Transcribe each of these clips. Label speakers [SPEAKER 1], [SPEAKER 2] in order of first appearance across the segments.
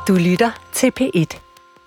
[SPEAKER 1] Du lytter til P1.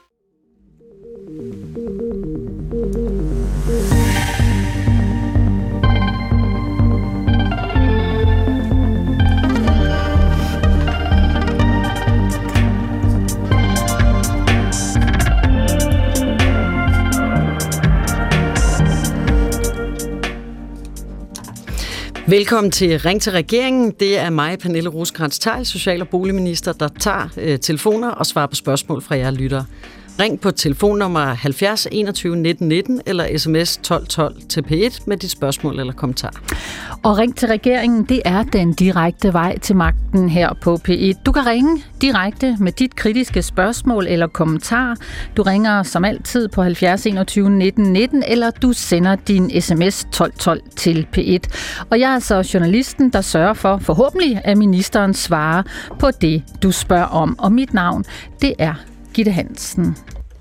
[SPEAKER 2] Velkommen til Ring til regeringen. Det er mig, Pernille Rosenkrantz-Theil, social- og boligminister, der tager telefoner og svarer på spørgsmål fra jer lyttere. Ring på telefonnummer 70 21 19 19 eller sms 12 12 til P1 med dit spørgsmål eller kommentar.
[SPEAKER 3] Og Ring til regeringen, det er den direkte vej til magten her på P1. Du kan ringe direkte med dit kritiske spørgsmål eller kommentar. Du ringer som altid på 70 21 19 19, eller du sender din sms 12 12 til P1. Og jeg er så journalisten, der sørger for, forhåbentlig, at ministeren svarer på det, du spørger om. Og mit navn, det er Gitte Hansen.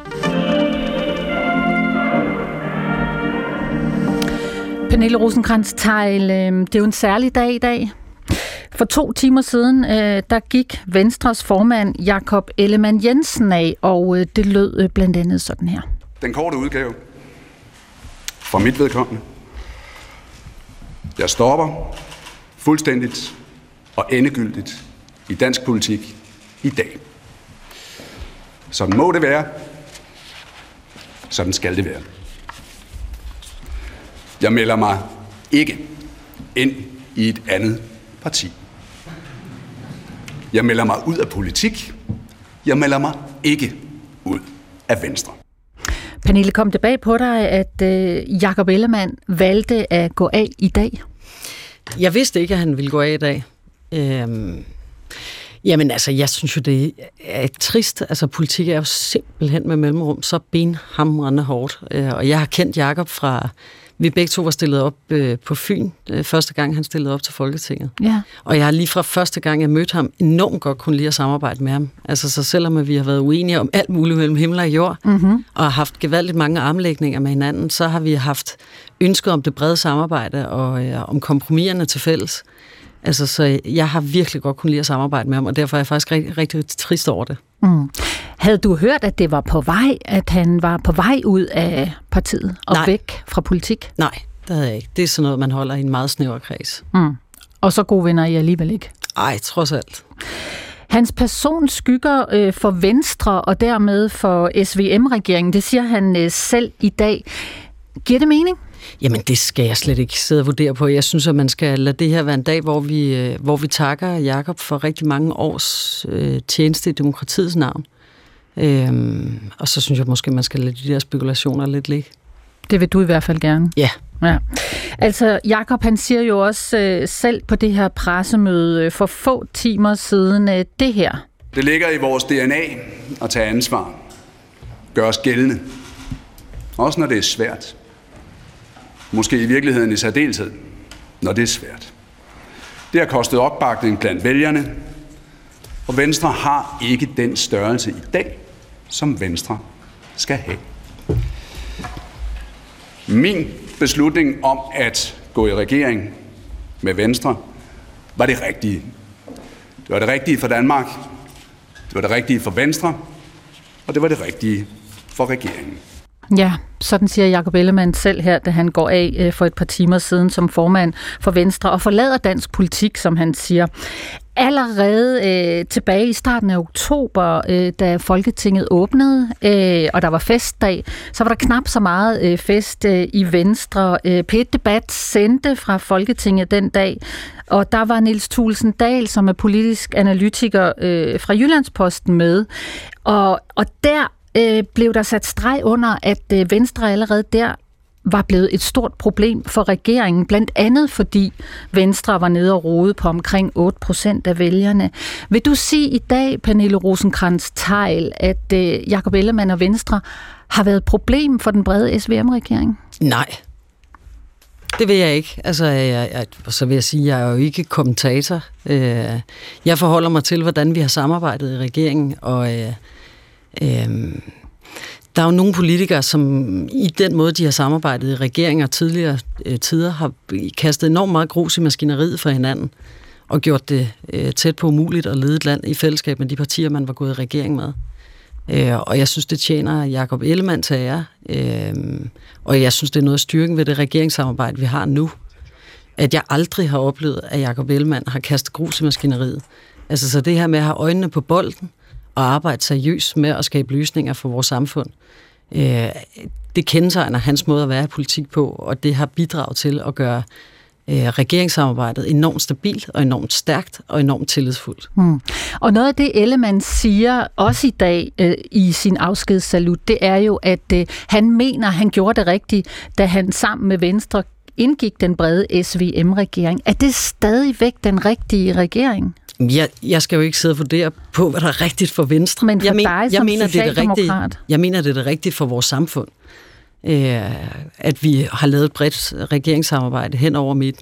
[SPEAKER 3] Pernille Rosenkrantz-Theil, det er jo en særlig dag i dag. For 2 timer siden, der gik Venstres formand Jakob Ellemann-Jensen af, og det lød blandt andet sådan her.
[SPEAKER 4] Den korte udgave fra mit vedkommende. Jeg stopper fuldstændigt og endegyldigt i dansk politik i dag. Sådan må det være. Sådan skal det være. Jeg melder mig ikke ind i et andet parti. Jeg melder mig ud af politik. Jeg melder mig ikke ud af Venstre.
[SPEAKER 3] Pernille, kom tilbage på dig, at Jakob Ellemann valgte at gå af i dag.
[SPEAKER 2] Jeg vidste ikke, at han ville gå af i dag. Jamen altså, jeg synes jo, det er trist. Altså, politik er jo simpelthen med mellemrum så benhamrende hårdt. Og jeg har kendt Jakob fra, vi begge to var stillet op på Fyn, første gang han stillede op til Folketinget.
[SPEAKER 3] Ja.
[SPEAKER 2] Og jeg har lige fra første gang, jeg mødte ham, enormt godt kunne lide at samarbejde med ham. Altså, så selvom vi har været uenige om alt muligt mellem himmel og jord, og har haft gevaldigt mange armlægninger med hinanden, så har vi haft ønsket om det brede samarbejde og om kompromiserne til fælles. Altså, så jeg har virkelig godt kunne lide at samarbejde med ham, og derfor er jeg faktisk rigtig, rigtig trist over det. Mm.
[SPEAKER 3] Havde du hørt, at det var på vej, at han var på vej ud af partiet og væk fra politik?
[SPEAKER 2] Nej, det havde jeg ikke. Det er sådan noget, man holder i en meget snæver kreds.
[SPEAKER 3] Mm. Og så gode venner I alligevel ikke?
[SPEAKER 2] Ej, trods alt.
[SPEAKER 3] Hans person skygger for Venstre og dermed for SVM-regeringen. Det siger han selv i dag. Giver det mening?
[SPEAKER 2] Jamen, det skal jeg slet ikke sidde og vurdere på. Jeg synes, at man skal lade det her være en dag, hvor vi takker Jakob for rigtig mange års tjeneste i demokratiets navn. Og så synes jeg måske, man skal lade de der spekulationer lidt ligge.
[SPEAKER 3] Det vil du i hvert fald gerne.
[SPEAKER 2] Ja.
[SPEAKER 3] Altså, Jakob, han siger jo også selv på det her pressemøde for få timer siden det her.
[SPEAKER 4] Det ligger i vores DNA at tage ansvar. Gør os gældende. Også når det er svært. Måske i virkeligheden i særdeleshed, når det er svært. Det har kostet opbakning blandt vælgerne, og Venstre har ikke den størrelse i dag, som Venstre skal have. Min beslutning om at gå i regering med Venstre var det rigtige. Det var det rigtige for Danmark, det var det rigtige for Venstre, og det var det rigtige for regeringen.
[SPEAKER 3] Ja, sådan siger Jakob Ellemann selv her, da han går af for et par timer siden som formand for Venstre og forlader dansk politik, som han siger. Allerede tilbage i starten af oktober, da Folketinget åbnede, og der var festdag, så var der knap så meget fest i Venstre. P1-debat sendte fra Folketinget den dag, og der var Niels Thulesen Dahl, som er politisk analytiker fra Jyllandsposten med. Og der blev der sat streg under, at Venstre allerede der var blevet et stort problem for regeringen, blandt andet fordi Venstre var nede og rode på omkring 8% af vælgerne. Vil du sige i dag, Pernille Rosenkrantz-Theil, at Jakob Ellemann og Venstre har været et problem for den brede SVM-regering?
[SPEAKER 2] Nej. Det vil jeg ikke. Altså, så vil jeg sige, at jeg er jo ikke kommentator. Jeg forholder mig til, hvordan vi har samarbejdet i regeringen, og der er jo nogle politikere, som i den måde, de har samarbejdet i regeringer tidligere tider, har kastet enormt meget grus i maskineriet for hinanden. og gjort det tæt på umuligt at lede et land i fællesskab med de partier, man var gået i regering med. Og jeg synes, det tjener Jakob Ellemann til ære. Og jeg synes, det er noget af styrken ved det regeringssamarbejde, vi har nu. At jeg aldrig har oplevet, at Jakob Ellemann har kastet grus i maskineriet. Altså så det her med at have øjnene på bolden og arbejde seriøst med at skabe løsninger for vores samfund, det kendetegner hans måde at være i politik på, og det har bidraget til at gøre regeringssamarbejdet enormt stabilt og enormt stærkt og enormt tillidsfuldt.
[SPEAKER 3] Og noget af det, Ellemann siger også i dag i sin afskedssalut, det er jo, at han mener, han gjorde det rigtigt, da han sammen med Venstre indgik den brede SVM-regering. Er det stadigvæk den rigtige regering?
[SPEAKER 2] Jeg skal jo ikke sidde og vurdere på, hvad der er rigtigt for Venstre.
[SPEAKER 3] Men for dig som socialdemokrat?
[SPEAKER 2] Jeg mener, det er det rigtige for vores samfund. At vi har lavet et bredt regeringssamarbejde hen over midten.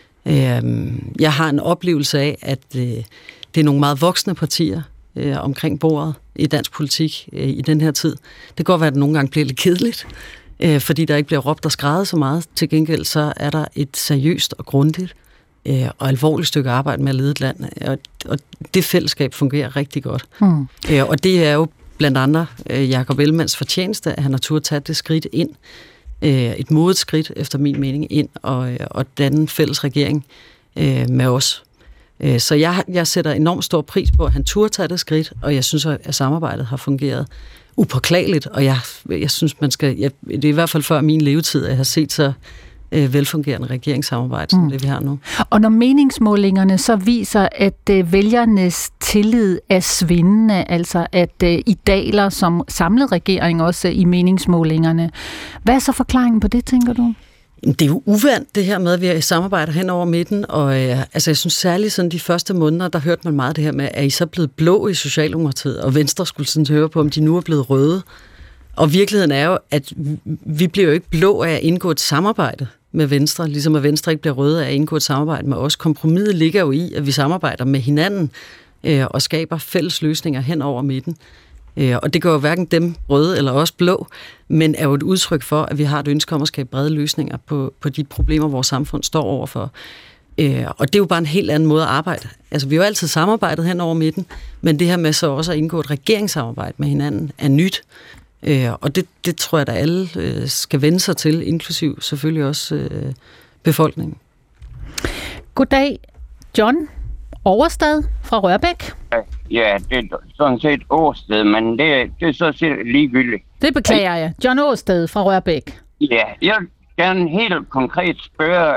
[SPEAKER 2] Jeg har en oplevelse af, at det er nogle meget voksne partier omkring bordet i dansk politik i den her tid. Det kan godt være, at det nogle gange bliver lidt kedeligt, fordi der ikke bliver råbt og skreget så meget. Til gengæld så er der et seriøst og grundigt og alvorligt stykke arbejde med at lede et land, og det fællesskab fungerer rigtig godt. Og det er jo blandt andet Jakob Ellemanns fortjeneste, at han har turde tage det skridt ind, et modigt skridt efter min mening, ind og danne en fælles regering med os. Så jeg sætter enormt stor pris på, at han turde tage det skridt, og jeg synes, at samarbejdet har fungeret upåklageligt, og jeg synes, det er i hvert fald før min levetid, at jeg har set så velfungerende regeringssamarbejde, som det vi har nu.
[SPEAKER 3] Og når meningsmålingerne så viser, at vælgernes tillid er svindende, altså at I daler som samlet regering også i meningsmålingerne, hvad er så forklaringen på det, tænker du?
[SPEAKER 2] Det er jo uvandt, det her med, at vi samarbejder hen over midten, og jeg synes særligt sådan de første måneder, der hørte man meget det her med, at I så blevet blå i Socialdemokratiet, og Venstre skulle sådan høre på, om de nu er blevet røde. Og virkeligheden er jo, at vi bliver jo ikke blå af at indgå et samarbejde med Venstre, ligesom at Venstre ikke bliver røde af at indgå et samarbejde med os. Kompromiset ligger jo i, at vi samarbejder med hinanden og skaber fælles løsninger hen over midten. Og det gør jo hverken dem røde eller os blå, men er jo et udtryk for, at vi har et ønske om at skabe brede løsninger på de problemer, vores samfund står overfor. Og det er jo bare en helt anden måde at arbejde. Altså, vi har jo altid samarbejdet hen over midten, men det her med så også at indgå et regeringssamarbejde med hinanden er nyt. Og det tror jeg, at alle skal vende sig til, inklusiv selvfølgelig også befolkningen.
[SPEAKER 3] Goddag, John Overstad fra Rørbæk.
[SPEAKER 1] Ja, det er sådan set Årsted, men det er så set ligegyldigt.
[SPEAKER 3] Det beklager jeg. John Overstad fra Rørbæk.
[SPEAKER 1] Ja, jeg vil gerne helt konkret spørge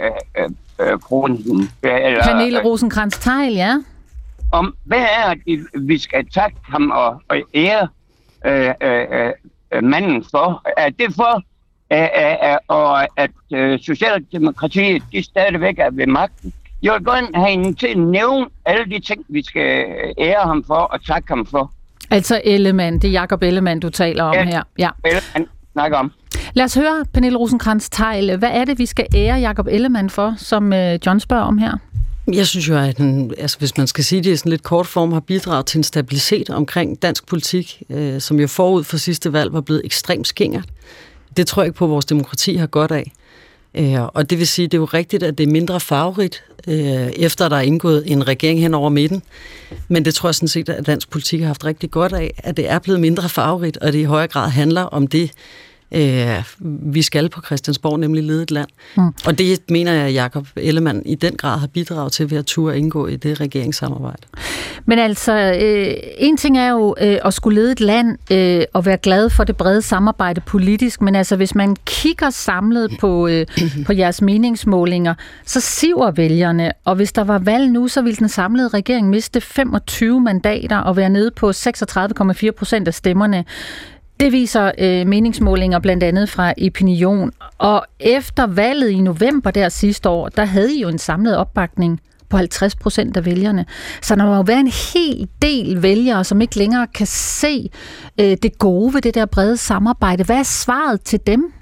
[SPEAKER 3] Pernille Rosenkrantz-Theil, ja.
[SPEAKER 1] Om hvad er det, vi skal takke ham og ære manden for? Er det for, at Socialdemokratiet de stadigvæk er ved magten? Jeg vil godt have hende til at nævne alle de ting, vi skal ære ham for og takke ham for.
[SPEAKER 3] Altså Ellemann, det er Jakob Ellemann, du taler om her. Ja,
[SPEAKER 1] Ellemann snakker om.
[SPEAKER 3] Lad os høre, Pernille Rosenkrantz-Theil. Hvad er det, vi skal ære Jakob Ellemann for, som John spørger om her?
[SPEAKER 2] Jeg synes jo, at hvis man skal sige det i sådan lidt kort form, har bidraget til en stabilitet omkring dansk politik, som jo forud for sidste valg var blevet ekstremt skingert. Det tror jeg ikke på, at vores demokrati har godt af. Og det vil sige, det er jo rigtigt, at det er mindre farverigt, efter der er indgået en regering hen over midten. Men det tror jeg sådan set, at dansk politik har haft rigtig godt af, at det er blevet mindre farverigt, og det i højere grad handler om det, vi skal på Christiansborg, nemlig lede et land. Og det mener jeg, at Jakob Ellemann i den grad har bidraget til ved at turde indgå i det regeringssamarbejde. Men
[SPEAKER 3] altså, en ting er jo at skulle lede et land og være glad for det brede samarbejde politisk, men altså, hvis man kigger samlet på jeres meningsmålinger, så siver vælgerne, og hvis der var valg nu, så ville den samlede regering miste 25 mandater og være nede på 36,4% af stemmerne. Det viser meningsmålinger blandt andet fra Epinion. Og efter valget i november der sidste år, der havde I jo en samlet opbakning på 50% af vælgerne. Så der må jo være en hel del vælgere, som ikke længere kan se det gode ved det der brede samarbejde. Hvad er svaret til dem?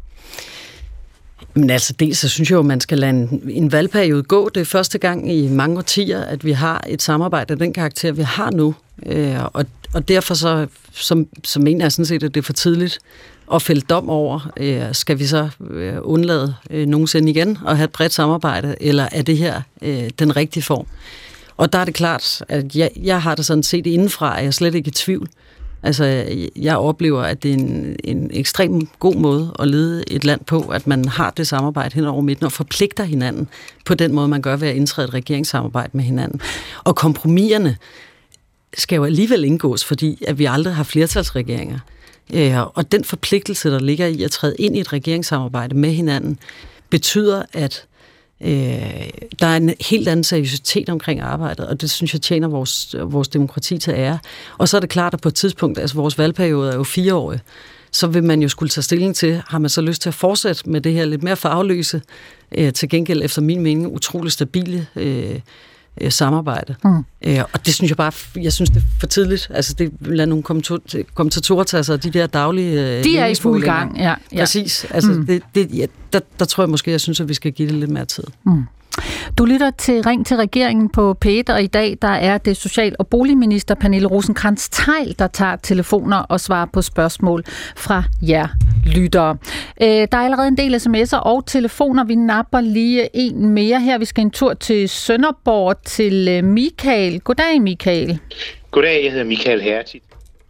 [SPEAKER 2] Men altså dels, så synes jeg jo, at man skal lade en valgperiode gå. Det er første gang i mange årtier, at vi har et samarbejde af den karakter, vi har nu. Og derfor så mener jeg sådan set, at det er for tidligt at fælde dom over, skal vi så undlade nogensinde igen at have et bredt samarbejde, eller er det her den rigtige form? Og der er det klart, at jeg har det sådan set indenfra, at jeg slet ikke i tvivl. Altså, jeg oplever, at det er en ekstremt god måde at lede et land på, at man har det samarbejde hen over midten og forpligter hinanden på den måde, man gør ved at indtræde et regeringssamarbejde med hinanden. Og kompromiserne skal jo alligevel indgås, fordi at vi aldrig har flertalsregeringer. Og den forpligtelse, der ligger i at træde ind i et regeringssamarbejde med hinanden, betyder, at der er en helt anden seriøsitet omkring arbejdet, og det synes jeg tjener vores demokrati til ære. Og så er det klart, at på et tidspunkt, altså vores valgperiode er jo 4 år, så vil man jo skulle tage stilling til, har man så lyst til at fortsætte med det her lidt mere farveløse, til gengæld efter min mening utrolig stabile samarbejde. Og det synes jeg synes det er for tidligt. Altså det lader nogle kommentatorer tage sig af de der daglige
[SPEAKER 3] de er i fuld gang, ja.
[SPEAKER 2] Præcis. Altså der tror jeg måske, jeg synes, at vi skal give det lidt mere tid.
[SPEAKER 3] Du lytter til Ring til regeringen på P1, og i dag der er det social- og boligminister Pernille Rosenkrantz-Theil, der tager telefoner og svarer på spørgsmål fra jer lyttere. Der er allerede en del sms'er og telefoner. Vi napper lige en mere her. Vi skal en tur til Sønderborg til Michael. Goddag, Michael.
[SPEAKER 5] Goddag, jeg hedder Michael Hertig.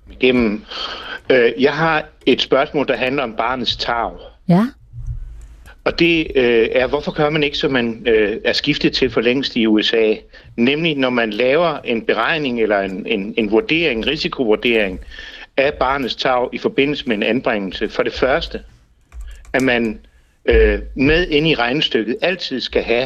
[SPEAKER 5] Jeg har et spørgsmål, der handler om barnets tarv.
[SPEAKER 3] Ja.
[SPEAKER 5] Og det er, hvorfor gør man ikke, som man er skiftet til for længst i USA? Nemlig, når man laver en beregning eller en vurdering, en risikovurdering af barnets tarv i forbindelse med en anbringelse. For det første, at man med ind i regnestykket altid skal have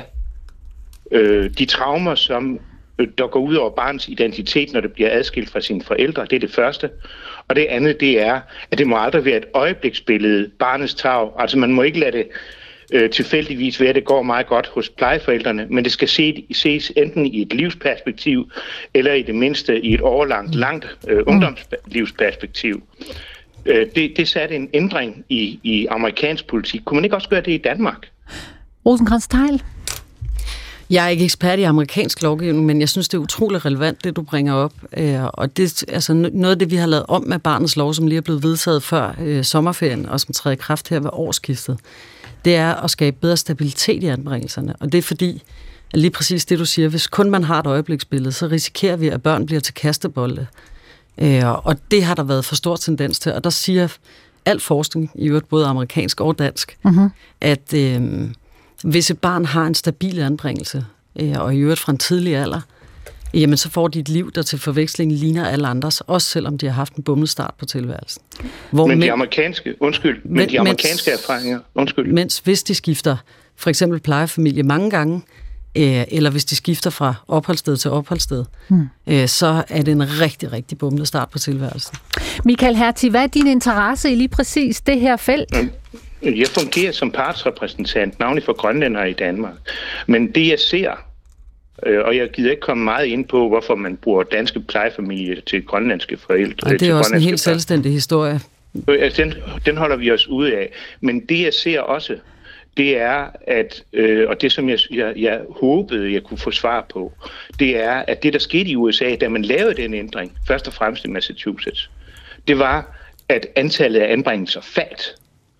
[SPEAKER 5] de traumer, som der går ud over barnets identitet, når det bliver adskilt fra sine forældre. Det er det første. Og det andet, det er, at det må aldrig være et øjebliksbillede, barnets tarv. Altså man må ikke lade det tilfældigvis være, at det går meget godt hos plejeforældrene, men det skal ses enten i et livsperspektiv, eller i det mindste i et langt ungdomslivsperspektiv. Det satte en ændring i amerikansk politik. Kunne man ikke også gøre det i Danmark?
[SPEAKER 3] Rosenkrantz-Theil?
[SPEAKER 2] Jeg er ikke ekspert i amerikansk lovgivning, men jeg synes, det er utroligt relevant, det du bringer op. Og det altså noget af det, vi har lavet om med barnets lov, som lige er blevet vedtaget før sommerferien, og som træder i kraft her ved årsskiftet, det er at skabe bedre stabilitet i anbringelserne. Og det er fordi, at lige præcis det, du siger, hvis kun man har et øjebliksbillede, så risikerer vi, at børn bliver til kastebolde. Og det har der været for stor tendens til. Og der siger al forskning, i øvrigt både amerikansk og dansk, at hvis et barn har en stabil anbringelse, og i øvrigt fra en tidlig alder, jamen så får de et liv, der til forveksling ligner alle andres, også selvom de har haft en bumlestart på tilværelsen.
[SPEAKER 5] De amerikanske erfaringer,
[SPEAKER 2] Mens hvis de skifter for eksempel plejefamilie mange gange, eller hvis de skifter fra opholdssted til opholdssted, så er det en rigtig, rigtig bumlestart på tilværelsen.
[SPEAKER 3] Michael Hertig, hvad er din interesse i lige præcis det her felt?
[SPEAKER 5] Jeg fungerer som partsrepræsentant, navnlig for grønlændere i Danmark. Men det jeg ser, og jeg gider ikke komme meget ind på, hvorfor man bruger danske plejefamilier til grønlandske forældre.
[SPEAKER 2] Og det er også en helt selvstændig historie.
[SPEAKER 5] Den holder vi os ude af. Men det jeg ser også, det er, at, og det som jeg håbede, jeg kunne få svar på, det er, at det der skete i USA, da man lavede den ændring, først og fremmest i Massachusetts, det var, at antallet af anbringelser faldt,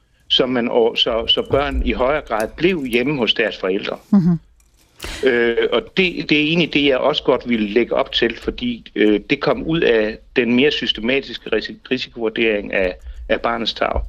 [SPEAKER 5] så børn i højere grad blev hjemme hos deres forældre. Og det er egentlig det, jeg også godt ville lægge op til, fordi det kom ud af den mere systematiske risikovurdering af barnets tarv.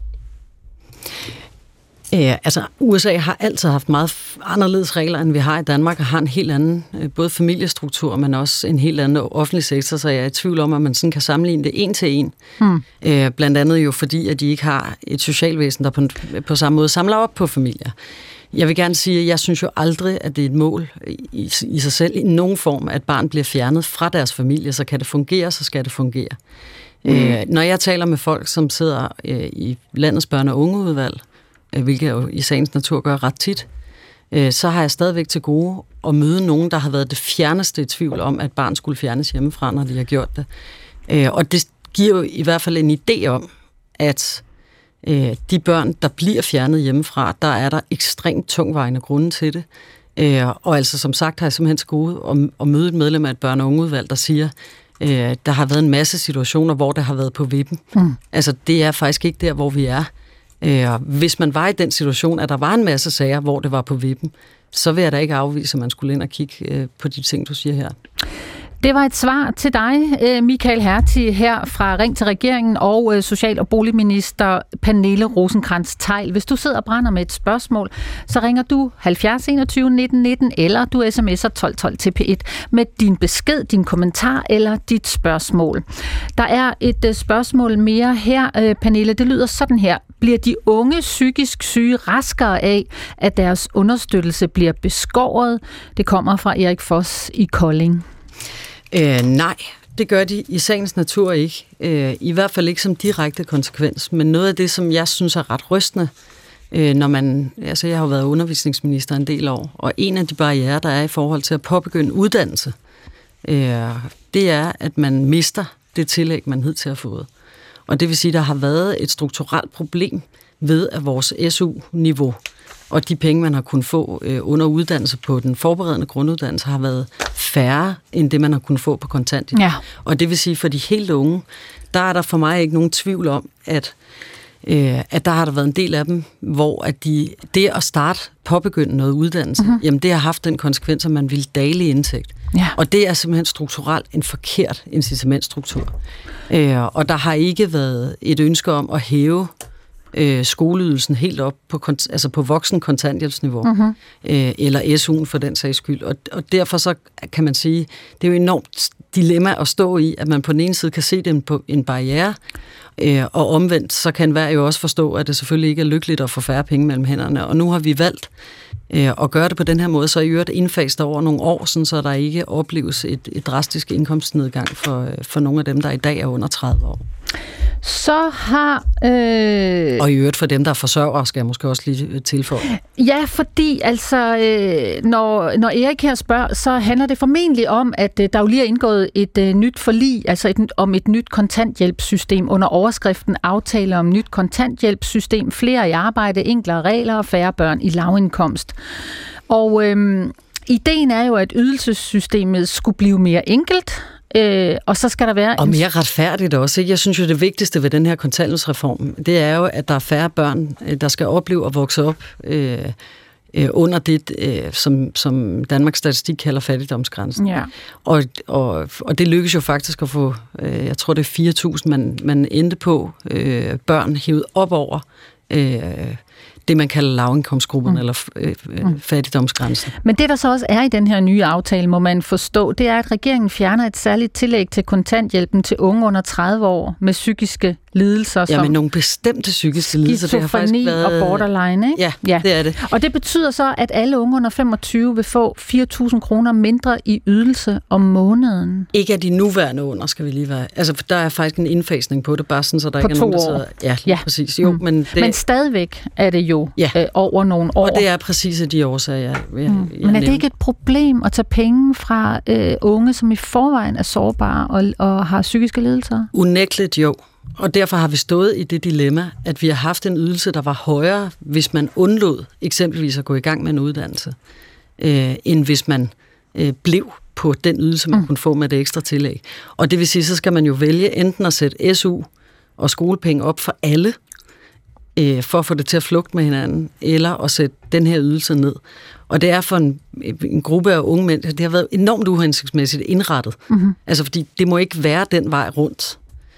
[SPEAKER 2] Altså USA har altid haft meget anderledes regler, end vi har i Danmark, og har en helt anden både familiestruktur, men også en helt anden offentlig sektor, så jeg er i tvivl om, at man sådan kan sammenligne det en til en. Blandt andet jo fordi, at de ikke har et socialvæsen, der på samme måde samler op på familier. Jeg vil gerne sige, at jeg synes jo aldrig, at det er et mål i sig selv, i nogen form, at barn bliver fjernet fra deres familie, så kan det fungere, så skal det fungere. Når jeg taler med folk, som sidder i landets børne- og ungeudvalg, hvilket jeg jo i sagens natur gør ret tit, så har jeg stadigvæk til gode at møde nogen, der har været det fjerneste i tvivl om, at barn skulle fjernes hjemmefra, når de har gjort det. Og det giver jo i hvert fald en idé om, at de børn, der bliver fjernet hjemmefra, der er der ekstremt tungtvejende grunde til det. Og altså som sagt har jeg simpelthen til gode at møde et medlem af et børne- og ungeudvalg, der siger, Der har været en masse situationer, hvor det har været på vippen. Altså, det er faktisk ikke der, hvor vi er. Hvis man var i den situation, at der var en masse sager, hvor det var på vippen, så vil jeg da ikke afvise, at man skulle ind og kigge på de ting, du siger her.
[SPEAKER 3] Det var et svar til dig, Michael Hertie, her fra Ring til Regeringen og Social- og Boligminister Pernille Rosenkrantz-Theil. Hvis du sidder og brænder med et spørgsmål, så ringer du 70 21 19 19, eller du sms'er 12 12 til P1 med din besked, din kommentar eller dit spørgsmål. Der er et spørgsmål mere her, Pernille. Det lyder sådan her. Bliver de unge psykisk syge raskere af, at deres understøttelse bliver beskåret? Det kommer fra Erik Foss i Kolding.
[SPEAKER 2] Nej, det gør de i sagens natur ikke. I hvert fald ikke som direkte konsekvens. Men noget af det, som jeg synes er ret rystende, når man... Altså, jeg har jo været undervisningsminister en del år, og en af de barrierer, der er i forhold til at påbegynde uddannelse, det er, at man mister det tillæg, man hidtil har fået. Og det vil sige, at der har været et strukturelt problem ved, at vores SU-niveau og de penge, man har kunnet få under uddannelse på den forberedende grunduddannelse, har været færre end det, man har kunnet få på kontanthjælp. Ja. Og det vil sige, for de helt unge, der er der for mig ikke nogen tvivl om, at der har der været en del af dem, hvor at det at påbegynde noget uddannelse, jamen det har haft den konsekvens, at man vil daglig indtægt. Ja. Og det er simpelthen strukturelt en forkert incitamentstruktur. Og der har ikke været et ønske om at hæve skoleydelsen helt op på voksen kontanthjælpsniveau, eller SU'en for den sags skyld. Og derfor så kan man sige, det er jo enormt dilemma at stå i, at man på den ene side kan se det på en barriere, og omvendt så kan enhver jo også forstå, at det selvfølgelig ikke er lykkeligt at få færre penge mellem hænderne. Og nu har vi valgt at gøre det på den her måde, så i øvrigt indfast over nogle år, sådan, så der ikke opleves et drastisk indkomstnedgang for nogle af dem, der i dag er under 30 år.
[SPEAKER 3] Så har...
[SPEAKER 2] Og i øvrigt for dem, der er forsørgere, skal jeg måske også lige tilføje.
[SPEAKER 3] Ja, fordi altså, når Erik her spørger, så handler det formentlig om, at der jo lige er indgået et nyt forlig, altså om et nyt kontanthjælpssystem under overskriften aftale om nyt kontanthjælpssystem, flere i arbejde, enklere regler og færre børn i lavindkomst. Og ideen er jo, at ydelsessystemet skulle blive mere enkelt, og så skal der være...
[SPEAKER 2] Og mere retfærdigt også, ikke? Jeg synes jo, det vigtigste ved den her kontanthjælpsreform, det er jo, at der er færre børn, der skal opleve at vokse op under det, som Danmarks Statistik kalder fattigdomsgrænsen. Ja. Og det lykkes jo faktisk at få, jeg tror det er 4.000, man endte på børn hævet op over det, man kalder lavindkomstgrupperne, eller fattigdomsgrænsen.
[SPEAKER 3] Men det, der så også er i den her nye aftale, må man forstå, det er, at regeringen fjerner et særligt tillæg til kontanthjælpen til unge under 30 år med psykiske lidelser.
[SPEAKER 2] Ja, men nogle bestemte psykiske lidelser.
[SPEAKER 3] Skizofreni og borderline, ikke?
[SPEAKER 2] Ja, det er det.
[SPEAKER 3] Og det betyder så, at alle unge under 25 vil få 4.000 kroner mindre i ydelse om måneden.
[SPEAKER 2] Ikke af de nuværende under, skal vi lige være. Altså, der er faktisk en indfasning på det, bare sådan, så der
[SPEAKER 3] på
[SPEAKER 2] ikke er nogen, der sidder... Ja, præcis. Jo,
[SPEAKER 3] men stadigvæk er det jo over nogle år.
[SPEAKER 2] Og det er præcis af de årsager, jeg
[SPEAKER 3] Men er det ikke et problem at tage penge fra unge, som i forvejen er sårbare og har psykiske lidelser?
[SPEAKER 2] Unægteligt jo. Og derfor har vi stået i det dilemma, at vi har haft en ydelse, der var højere, hvis man undlod eksempelvis at gå i gang med en uddannelse, end hvis man blev på den ydelse, man kunne få med det ekstra tillæg. Og det vil sige, så skal man jo vælge enten at sætte SU og skolepenge op for alle, for at få det til at flugte med hinanden, eller at sætte den her ydelse ned. Og det er for en gruppe af unge mænd, det har været enormt uhensigtsmæssigt indrettet. Altså, fordi det må ikke være den vej rundt.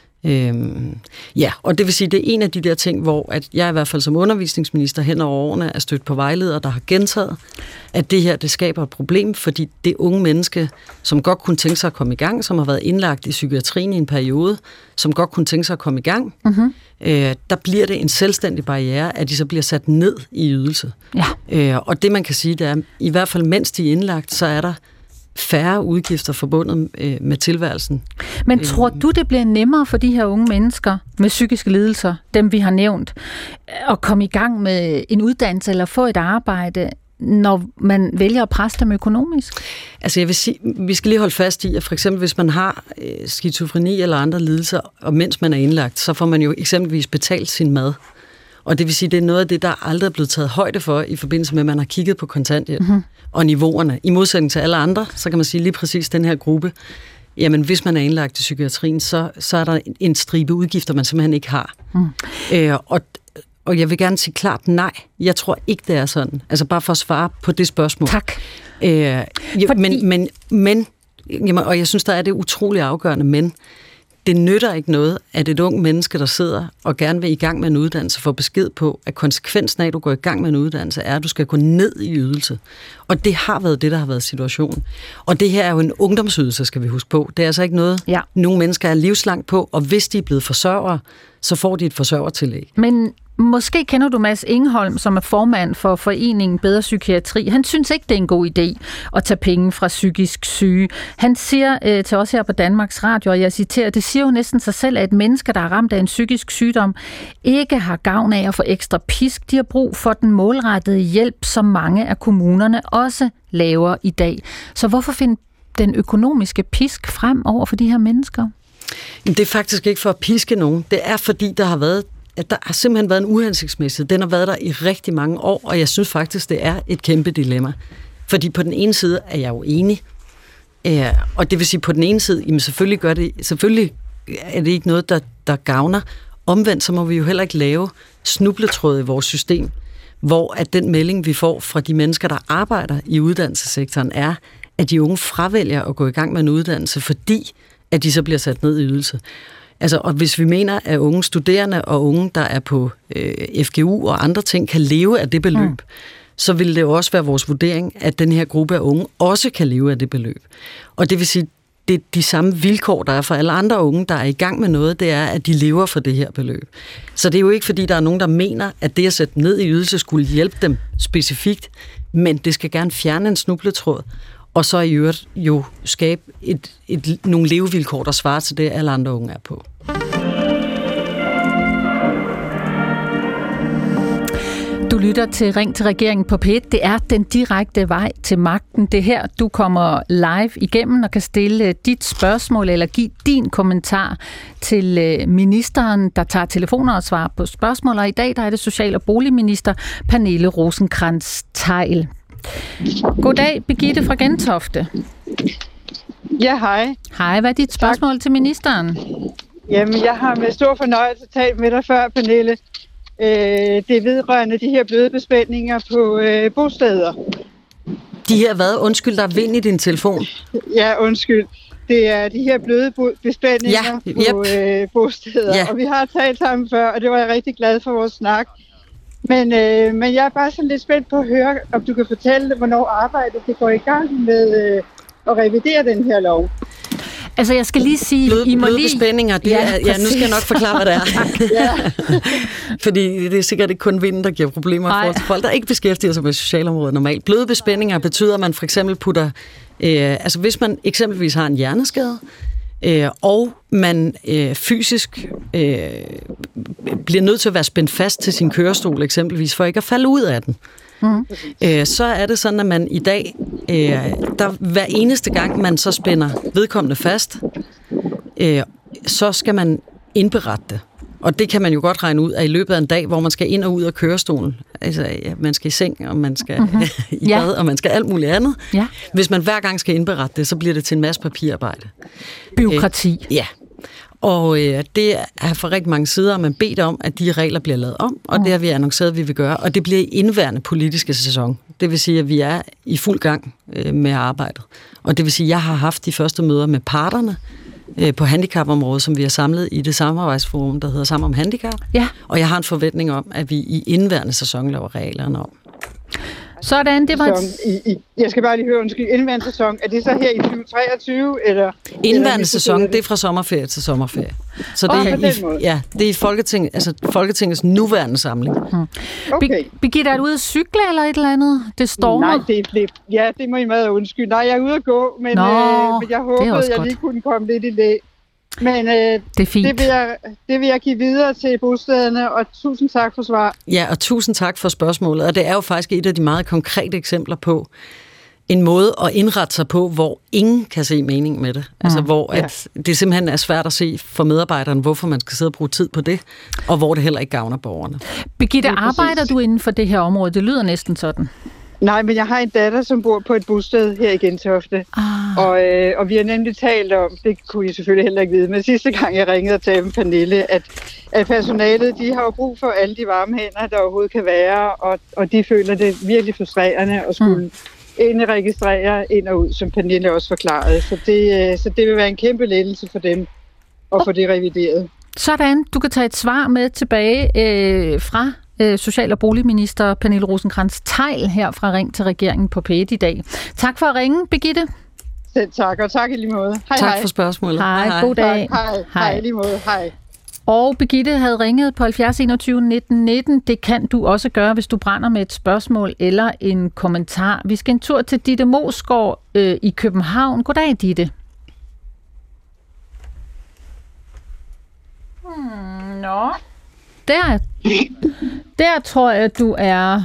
[SPEAKER 2] Og det vil sige, det er en af de der ting, hvor at jeg i hvert fald som undervisningsminister hen over årene er stødt på vejledere, der har gentaget, at det her, det skaber et problem, fordi det unge menneske, som godt kunne tænke sig at komme i gang, som har været indlagt i psykiatrien i en periode, som godt kunne tænke sig at komme i gang, der bliver det en selvstændig barriere, at de så bliver sat ned i ydelse. Ja. Og det man kan sige, det er, i hvert fald mens de er indlagt, så er der færre udgifter forbundet med tilværelsen.
[SPEAKER 3] Men tror du, det bliver nemmere for de her unge mennesker med psykiske lidelser, dem vi har nævnt, at komme i gang med en uddannelse eller få et arbejde, når man vælger at presse dem økonomisk?
[SPEAKER 2] Altså jeg vil sige, vi skal lige holde fast i, at for eksempel hvis man har skizofreni eller andre lidelser, og mens man er indlagt, så får man jo eksempelvis betalt sin mad. Og det vil sige, det er noget af det, der aldrig er blevet taget højde for i forbindelse med, at man har kigget på kontanthjælp og niveauerne. I modsætning til alle andre, så kan man sige lige præcis den her gruppe, jamen hvis man er indlagt i psykiatrien, så er der en stribe udgifter, man simpelthen ikke har. Og jeg vil gerne sige klart nej. Jeg tror ikke, det er sådan. Altså bare for at svare på det spørgsmål.
[SPEAKER 3] Tak.
[SPEAKER 2] Men og jeg synes, der er det utroligt afgørende, men det nytter ikke noget, at et ung menneske, der sidder og gerne vil i gang med en uddannelse, får besked på, at konsekvensen af, at du går i gang med en uddannelse, er, at du skal gå ned i ydelse. Og det har været det, der har været situationen. Og det her er jo en ungdomsydelse, skal vi huske på. Det er altså ikke noget, nogle mennesker er livslangt på, og hvis de er blevet forsørgere, så får de et forsørgertillæg.
[SPEAKER 3] Men måske kender du Mads Engholm, som er formand for foreningen Bedre Psykiatri. Han synes ikke, det er en god idé at tage penge fra psykisk syge. Han siger til os her på Danmarks Radio, og jeg citerer, det siger jo næsten sig selv, at mennesker, der er ramt af en psykisk sygdom, ikke har gavn af at få ekstra pisk. De har brug for den målrettede hjælp, som mange af kommunerne også laver i dag. Så hvorfor finde den økonomiske pisk frem over for de her mennesker?
[SPEAKER 2] Det er faktisk ikke for at piske nogen. Det er fordi, der har simpelthen været en uhensigtsmæssighed. Den har været der i rigtig mange år, og jeg synes faktisk, det er et kæmpe dilemma. Fordi på den ene side er jeg jo enig, og det vil sige, på den ene side, jamen selvfølgelig er det ikke noget, der gavner. Omvendt, så må vi jo heller ikke lave snubletråde i vores system, hvor at den melding, vi får fra de mennesker, der arbejder i uddannelsessektoren, er, at de unge fravælger at gå i gang med en uddannelse, fordi at de så bliver sat ned i ydelse. Altså, og hvis vi mener, at unge studerende og unge, der er på FGU og andre ting, kan leve af det beløb, så vil det jo også være vores vurdering, at den her gruppe af unge også kan leve af det beløb. Og det vil sige, det er de samme vilkår, der er for alle andre unge, der er i gang med noget, det er, at de lever for det her beløb. Så det er jo ikke, fordi der er nogen, der mener, at det at sætte ned i ydelse skulle hjælpe dem specifikt, men det skal gerne fjerne en snubletråd, og så i øvrigt jo skabe nogle levevilkår, der svarer til det, alle andre unge er på.
[SPEAKER 3] Du lytter til Ring til regeringen på P1. Det er den direkte vej til magten. Det er her, du kommer live igennem og kan stille dit spørgsmål eller give din kommentar til ministeren, der tager telefoner og svarer på spørgsmål. Og i dag der er det social- og boligminister Pernille Rosenkrantz-Theil. Goddag, Birgitte fra Gentofte.
[SPEAKER 6] Ja, hej.
[SPEAKER 3] Hej, hvad er dit spørgsmål til ministeren?
[SPEAKER 6] Jamen, jeg har med stor fornøjelse talt med dig før, Pernille. Det vedrørende de her bløde bespændinger på bosteder.
[SPEAKER 2] De her hvad? Undskyld, der er vind i din telefon.
[SPEAKER 6] Ja, undskyld. Det er de her bløde bespændinger på bosteder. Ja. Og vi har talt sammen før, og det var jeg rigtig glad for vores snak. Men jeg er bare sådan lidt spændt på at høre, om du kan fortælle, hvornår arbejdet det går i gang med at revidere den her lov.
[SPEAKER 3] Altså, jeg skal lige sige...
[SPEAKER 2] Bløde bespændinger, det er, nu skal jeg nok forklare, hvad det er. Fordi det er sikkert ikke kun vinden, der giver problemer for folk, der ikke beskæftiger sig med socialområdet normalt. Bløde bespændinger betyder, at man for eksempel putter... altså, hvis man eksempelvis har en hjerneskade, og man fysisk bliver nødt til at være spændt fast til sin kørestol, eksempelvis, for ikke at falde ud af den. Så er det sådan, at man i dag, der hver eneste gang, man så spænder vedkommende fast, så skal man indberette det. Og det kan man jo godt regne ud, at i løbet af en dag, hvor man skal ind og ud af kørestolen, altså man skal i seng, og man skal i bad, og man skal alt muligt andet. Ja. Hvis man hver gang skal indberette det, så bliver det til en masse papirarbejde.
[SPEAKER 3] Bureaukrati.
[SPEAKER 2] Ja. Og det er for rigtig mange sider, man bedt om, at de regler bliver lavet om, og det har vi annonceret, at vi vil gøre, og det bliver i indværende politiske sæson. Det vil sige, at vi er i fuld gang med arbejdet. Og det vil sige, at jeg har haft de første møder med parterne på handicapområdet, som vi har samlet i det samarbejdsforum, der hedder Sammen om Handicap. Ja. Og jeg har en forventning om, at vi i indværende sæson laver reglerne om.
[SPEAKER 3] Sådan, det var...
[SPEAKER 6] Jeg skal bare lige høre, indværende sæson, er det så her i 2023, eller...
[SPEAKER 2] Indværende sæson, det er fra sommerferie til sommerferie. Så det er i Folketingets nuværende samling.
[SPEAKER 6] Okay.
[SPEAKER 3] Birgitte, er du ude at cykle eller et eller andet? Det stormer?
[SPEAKER 6] Nej, det må I meget undskylde. Nej, jeg er ude at gå, men jeg håbede, at jeg lige kunne komme lidt i læg. Men det er fint. Det vil jeg give videre til bostederne, og tusind tak for svar.
[SPEAKER 2] Ja, og tusind tak for spørgsmålet. Og det er jo faktisk et af de meget konkrete eksempler på en måde at indrette sig på, hvor ingen kan se mening med det. Altså hvor at det simpelthen er svært at se for medarbejderen, hvorfor man skal sidde og bruge tid på det, og hvor det heller ikke gavner borgerne.
[SPEAKER 3] Birgitte, arbejder du inden for det her område? Det lyder næsten sådan.
[SPEAKER 6] Nej, men jeg har en datter, som bor på et bosted her i Gentofte. Og vi har nemlig talt om, det kunne I selvfølgelig heller ikke vide, men sidste gang jeg ringede og talte med Pernille, at personalet, de har jo brug for alle de varme hænder, der overhovedet kan være, og de føler det virkelig frustrerende at skulle indregistrere ind og ud, som Pernille også forklarede. Så det vil være en kæmpe lettelse for dem at få det revideret.
[SPEAKER 3] Sådan, du kan tage et svar med tilbage fra Social- og Boligminister Pernille Rosenkrantz-Theil her fra Ring til regeringen på P1 i dag. Tak for at ringe, Birgitte.
[SPEAKER 6] Selv tak, og tak i lige måde. Hej,
[SPEAKER 2] tak for spørgsmålet.
[SPEAKER 3] Hej, god dag.
[SPEAKER 6] Hej, i lige måde. Hej.
[SPEAKER 3] Og Birgitte havde ringet på 70 21 19 19. Det kan du også gøre, hvis du brænder med et spørgsmål eller en kommentar. Vi skal en tur til Ditte Moesgaard i København. Goddag, Ditte. Nå. Der tror jeg, du er...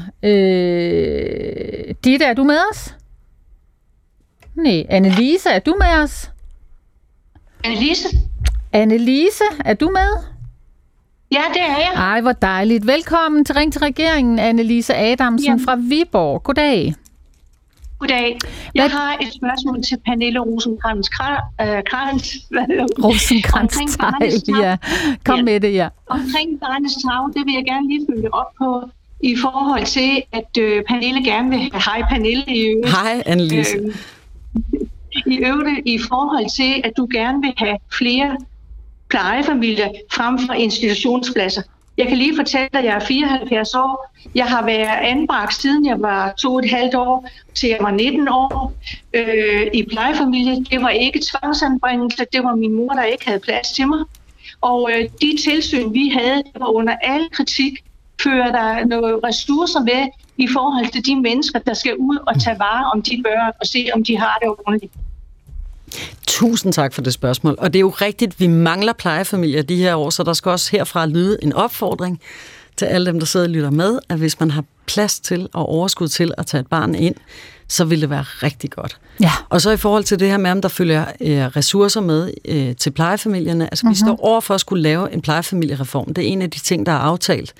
[SPEAKER 3] Ditte, er du med os? Nej, Annelise, er du med os? Annelise, er du med?
[SPEAKER 7] Ja, det er jeg.
[SPEAKER 3] Ej, hvor dejligt. Velkommen til Ring til regeringen, Annelise Adamsen fra Viborg. Goddag.
[SPEAKER 7] Goddag. Jeg har et spørgsmål til Pernille
[SPEAKER 3] Rosenkrantz-Theil, ja. Kom med det, ja.
[SPEAKER 7] Omkring Barnets Tarv, det vil jeg gerne lige følge op på, i forhold til, at Pernille gerne vil... Hej, Pernille.
[SPEAKER 2] Hej, Annelise.
[SPEAKER 7] I øvrigt, i forhold til, at du gerne vil have flere plejefamilier frem for institutionspladser. Jeg kan lige fortælle dig, at jeg er 74 år. Jeg har været anbragt siden jeg var 2,5 år til jeg var 19 år i plejefamilie. Det var ikke tvangsanbringelse, det var min mor, der ikke havde plads til mig. Og de tilsyn, vi havde, var under al kritik. Fører der nogle ressourcer med i forhold til de mennesker, der skal ud og tage vare om de børn og se, om de har det ordentligt.
[SPEAKER 2] Tusind tak for det spørgsmål. Og det er jo rigtigt, vi mangler plejefamilier de her år, så der skal også herfra lyde en opfordring til alle dem, der sidder og lytter med, at hvis man har plads til og overskud til at tage et barn ind, så vil det være rigtig godt.
[SPEAKER 3] Ja.
[SPEAKER 2] Og så i forhold til det her med, om der følger ressourcer med til plejefamilierne, altså vi står over for at skulle lave en plejefamiliereform. Det er en af de ting, der er aftalt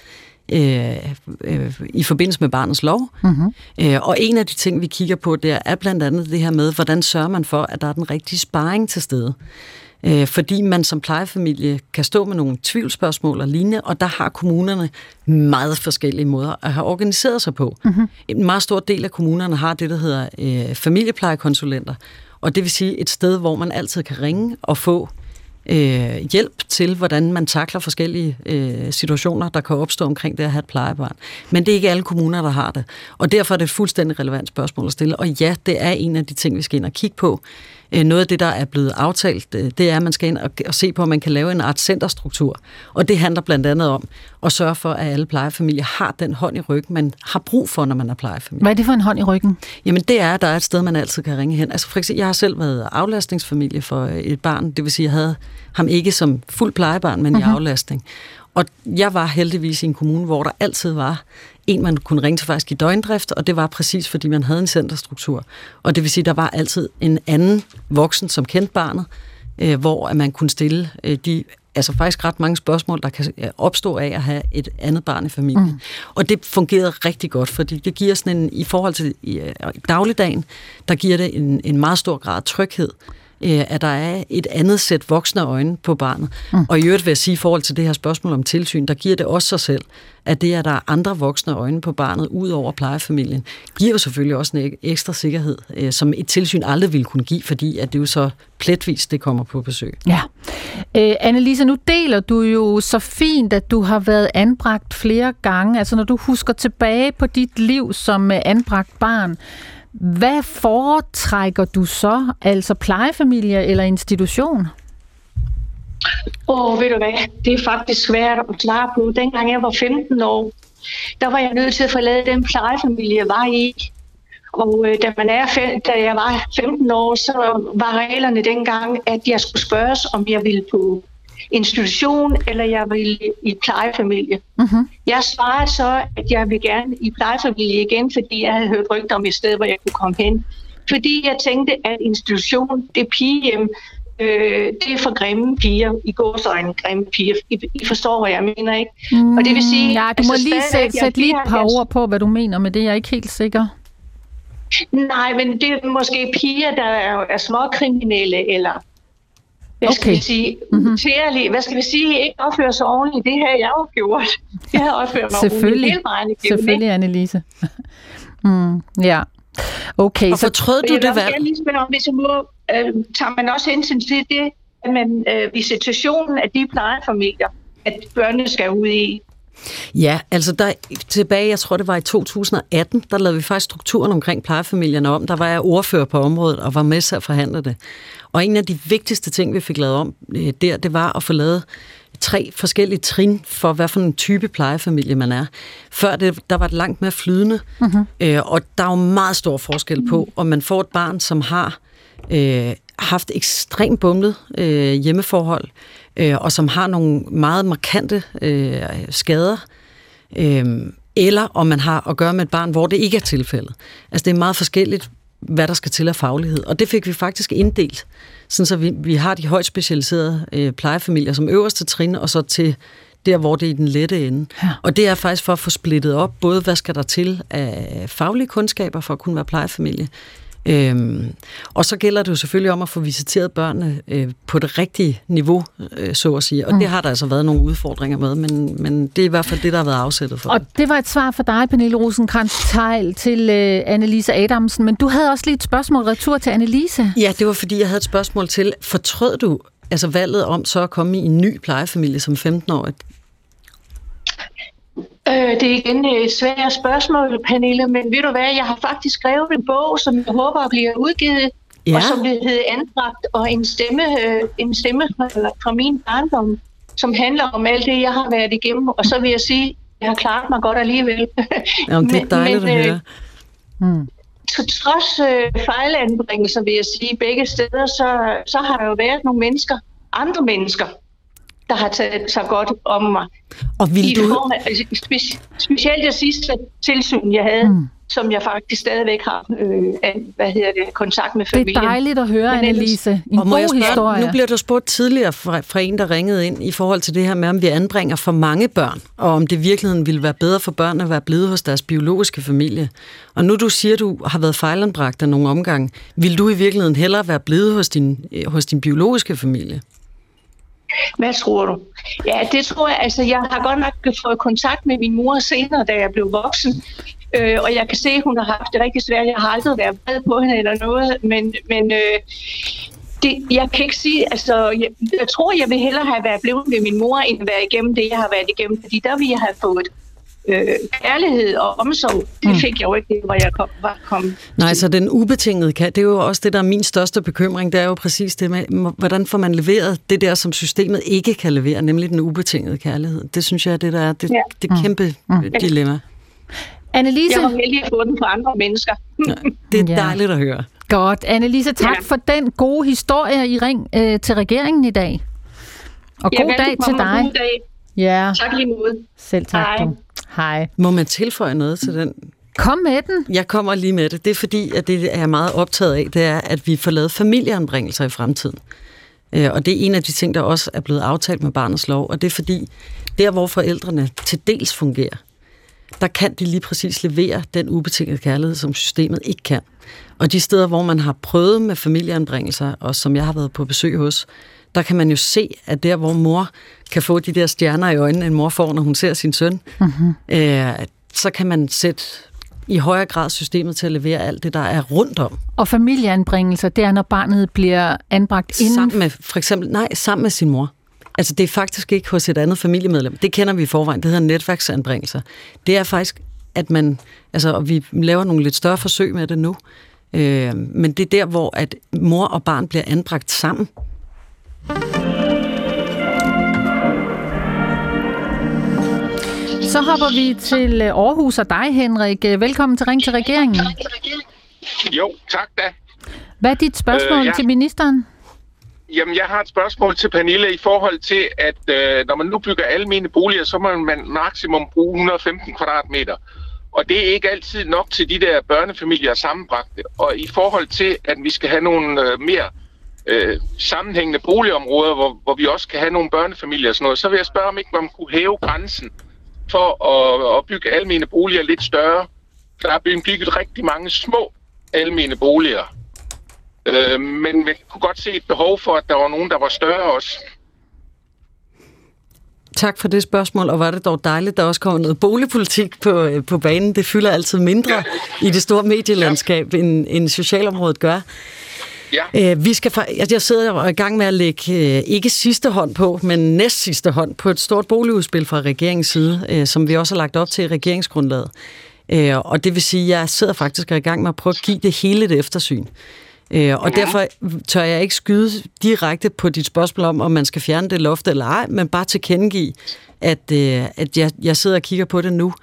[SPEAKER 2] i forbindelse med barnets lov. Og en af de ting, vi kigger på, det er blandt andet det her med, hvordan sørger man for, at der er den rigtige sparring til stede. Fordi man som plejefamilie kan stå med nogle tvivlsspørgsmål og lignende, og der har kommunerne meget forskellige måder at have organiseret sig på. En meget stor del af kommunerne har det, der hedder familieplejekonsulenter, og det vil sige et sted, hvor man altid kan ringe og få hjælp til, hvordan man takler forskellige situationer, der kan opstå omkring det at have et plejebarn. Men det er ikke alle kommuner, der har det. Og derfor er det et fuldstændig relevant spørgsmål at stille. Og ja, det er en af de ting, vi skal ind og kigge på. Noget af det, der er blevet aftalt, det er, at man skal ind og se på, om man kan lave en art centerstruktur. Og det handler blandt andet om at sørge for, at alle plejefamilier har den hånd i ryggen, man har brug for, når man er plejefamilie.
[SPEAKER 3] Hvad er det for en hånd i ryggen?
[SPEAKER 2] Jamen det er, at der er et sted, man altid kan ringe hen. Altså for eksempel, jeg har selv været aflastningsfamilie for et barn. Det vil sige, at jeg havde ham ikke som fuld plejebarn, men i aflastning. Og jeg var heldigvis i en kommune, hvor der altid var en, man kunne ringe til faktisk i døgndrift, og det var præcis, fordi man havde en centerstruktur. Og det vil sige, der var altid en anden voksen, som kendte barnet, hvor man kunne stille altså faktisk ret mange spørgsmål, der kan opstå af at have et andet barn i familien. Og det fungerede rigtig godt, fordi det giver sådan en, i forhold til dagligdagen, der giver det en meget stor grad af tryghed, at der er et andet sæt voksne øjne på barnet. Og i øvrigt vil jeg sige, i forhold til det her spørgsmål om tilsyn, der giver det også sig selv, at det, at der er andre voksne øjne på barnet, ud over plejefamilien, giver jo selvfølgelig også en ekstra sikkerhed, som et tilsyn aldrig ville kunne give, fordi at det jo så pletvis, det kommer på besøg.
[SPEAKER 3] Ja. Annelise, nu deler du jo så fint, at du har været anbragt flere gange. Altså når du husker tilbage på dit liv som anbragt barn, hvad foretrækker du så? Altså plejefamilie eller institution?
[SPEAKER 7] Ved du hvad? Det er faktisk svært at svare på. Dengang jeg var 15 år, der var jeg nødt til at forlade den plejefamilie, jeg var i. Og da jeg var 15 år, så var reglerne dengang, at jeg skulle spørges, om jeg ville på institution, eller jeg ville i plejefamilie. Jeg svarede så, at jeg ville gerne i plejefamilie igen, fordi jeg havde hørt rygter om et sted, hvor jeg kunne komme hen. Fordi jeg tænkte, at institution, det pigehjem, det er for grimme piger, i gåseøjne grimme piger. I forstår, hvad jeg mener, ikke? Og det vil sige...
[SPEAKER 3] Ja, du må lige sætte lige et par ord på, hvad du mener med det. Jeg er ikke helt sikker.
[SPEAKER 7] Nej, men det er måske piger, der er småkriminelle, eller hvad skal vi sige, hvad skal vi sige, ikke opfører sig ordentligt. Det har jeg jo gjort. Jeg har opført mig ordentligt hele vejen.
[SPEAKER 3] Selvfølgelig, Annelise. Ja. Okay,
[SPEAKER 2] og så fortrød du det valg?
[SPEAKER 7] Jeg vil lige spørge om, hvis jeg må, tager man også hensyn til det, at man visitationen af de plejefamilier, at børnene skal ud i?
[SPEAKER 2] Ja, altså der tilbage, jeg tror det var i 2018, der lavede vi faktisk strukturen omkring plejefamilierne om. Der var jeg ordfører på området og var med til at forhandle det. Og en af de vigtigste ting, vi fik lavet om det var at få lavet 3 forskellige trin for, hvad for en type plejefamilie man er. Før der var det langt mere flydende, og der er jo meget stor forskel på, om man får et barn, som har haft ekstremt bumlet hjemmeforhold, og som har nogle meget markante skader, eller om man har at gøre med et barn, hvor det ikke er tilfældet. Altså det er meget forskelligt, hvad der skal til af faglighed. Og det fik vi faktisk inddelt, sådan så vi har de højt specialiserede plejefamilier som øverste trin, og så til der, hvor det er i den lette ende. Ja. Og det er faktisk for at få splittet op, både hvad skal der til af faglige kundskaber for at kunne være plejefamilie, og så gælder det jo selvfølgelig om at få visiteret børnene på det rigtige niveau, så at sige. Og det har der altså været nogle udfordringer med, men det er i hvert fald det, der har været afsættet for.
[SPEAKER 3] Og det var et svar for dig, Pernille Rosenkrantz-Theil, til Annelise Adamsen, men du havde også lige et spørgsmål retur til Annelise.
[SPEAKER 2] Ja, det var fordi, jeg havde et spørgsmål til, fortrød du altså valget om så at komme i en ny plejefamilie som 15-årig?
[SPEAKER 7] Det er igen et svært spørgsmål, Pernille, men ved du hvad, jeg har faktisk skrevet en bog, som jeg håber bliver udgivet, og som det hedder Anbragt, og en stemme fra min barndom, som handler om alt det, jeg har været igennem, og så vil jeg sige, jeg har klaret mig godt alligevel.
[SPEAKER 2] Jamen, det er dejligt at høre.
[SPEAKER 7] Til trods fejlanbringelser, vil jeg sige, begge steder, så har der jo været nogle mennesker, andre mennesker, der har taget sig godt om mig.
[SPEAKER 2] Og vil du...
[SPEAKER 7] Specielt det sidste tilsyn, jeg havde, som jeg faktisk stadigvæk har kontakt med familien.
[SPEAKER 3] Det er dejligt at høre, Annelise. En god historie.
[SPEAKER 2] Nu bliver du spurgt tidligere fra en, der ringede ind i forhold til det her med, om vi anbringer for mange børn, og om det i virkeligheden ville være bedre for børn at være blevet hos deres biologiske familie. Og nu du siger, du har været fejlanbragt af nogle omgange, vil du i virkeligheden hellere være blevet hos din biologiske familie?
[SPEAKER 7] Hvad tror du? Ja, det tror jeg. Altså, jeg har godt nok fået kontakt med min mor senere, da jeg blev voksen. Og jeg kan se, at hun har haft det rigtig svært. Jeg har aldrig været vred på hende eller noget. Men jeg kan ikke sige... Altså, jeg tror, jeg vil hellere have været blevet ved min mor, end at være igennem det, jeg har været igennem. Fordi der ville jeg have fået kærlighed og omsorg. Det fik jeg jo ikke, hvor jeg kom.
[SPEAKER 2] Nej, så den ubetingede det er jo også det, der er min største bekymring. Det er jo præcis det med, hvordan får man leveret det der, som systemet ikke kan levere, nemlig den ubetingede kærlighed. Det synes jeg er det, der er det kæmpe dilemma.
[SPEAKER 3] Annelise?
[SPEAKER 7] Jeg var heldig at få den fra andre mennesker.
[SPEAKER 2] Ja, det er dejligt at høre.
[SPEAKER 3] Godt. Annelise, tak for den gode historie i Ring til regeringen i dag. Og god dag til dig.
[SPEAKER 7] God dag.
[SPEAKER 3] Ja.
[SPEAKER 7] Tak lige måde.
[SPEAKER 3] Selv tak. Hej.
[SPEAKER 2] Må man tilføje noget til den?
[SPEAKER 3] Kom med den.
[SPEAKER 2] Jeg kommer lige med det. Det er fordi, at det er jeg meget optaget af, det er, at vi får lavet familieanbringelser i fremtiden. Og det er en af de ting, der også er blevet aftalt med Barnets Lov. Og det er fordi, der hvor forældrene til dels fungerer, der kan de lige præcis levere den ubetingede kærlighed, som systemet ikke kan. Og de steder, hvor man har prøvet med familieanbringelser, og som jeg har været på besøg hos, der kan man jo se, at der, hvor mor kan få de der stjerner i øjnene, en mor får, når hun ser sin søn, så kan man sætte i højere grad systemet til at levere alt det, der er rundt om.
[SPEAKER 3] Og familieanbringelser, det er, når barnet bliver anbragt inden...
[SPEAKER 2] Sammen med sin mor. Altså, det er faktisk ikke hos et andet familiemedlem. Det kender vi i forvejen. Det hedder netværksanbringelser. Det er faktisk, at man... Altså, og vi laver nogle lidt større forsøg med det nu. Men det er der, hvor at mor og barn bliver anbragt sammen.
[SPEAKER 3] Så hopper vi til Aarhus og dig, Henrik. Velkommen til Ring til regeringen.
[SPEAKER 8] Jo, tak da.
[SPEAKER 3] Hvad er dit spørgsmål til ministeren?
[SPEAKER 8] Jamen, jeg har et spørgsmål til Pernille i forhold til, at når man nu bygger almene boliger, så må man maksimum bruge 115 kvadratmeter. Og det er ikke altid nok til de der børnefamilier sammenbragte. Og i forhold til, at vi skal have nogle mere sammenhængende boligområder, hvor vi også kan have nogle børnefamilier og sådan noget, så vil jeg spørge, om ikke man kunne hæve grænsen for at bygge almene boliger lidt større. Der er blevet bygget rigtig mange små almene boliger. Men vi kunne godt se et behov for, at der var nogen, der var større også.
[SPEAKER 2] Tak for det spørgsmål, og var det dog dejligt, der også kommer noget boligpolitik på banen. Det fylder altid mindre i det store medielandskab, end socialområdet gør. Ja. Jeg sidder i gang med at lægge ikke sidste hånd på, men næst sidste hånd på et stort boligudspil fra regeringens side, som vi også har lagt op til i regeringsgrundlaget. Og det vil sige, at jeg sidder faktisk i gang med at prøve at give det hele et eftersyn. Og derfor tør jeg ikke skyde direkte på dit spørgsmål om man skal fjerne det loft eller ej, men bare tilkendegive, at jeg sidder og kigger på det nu.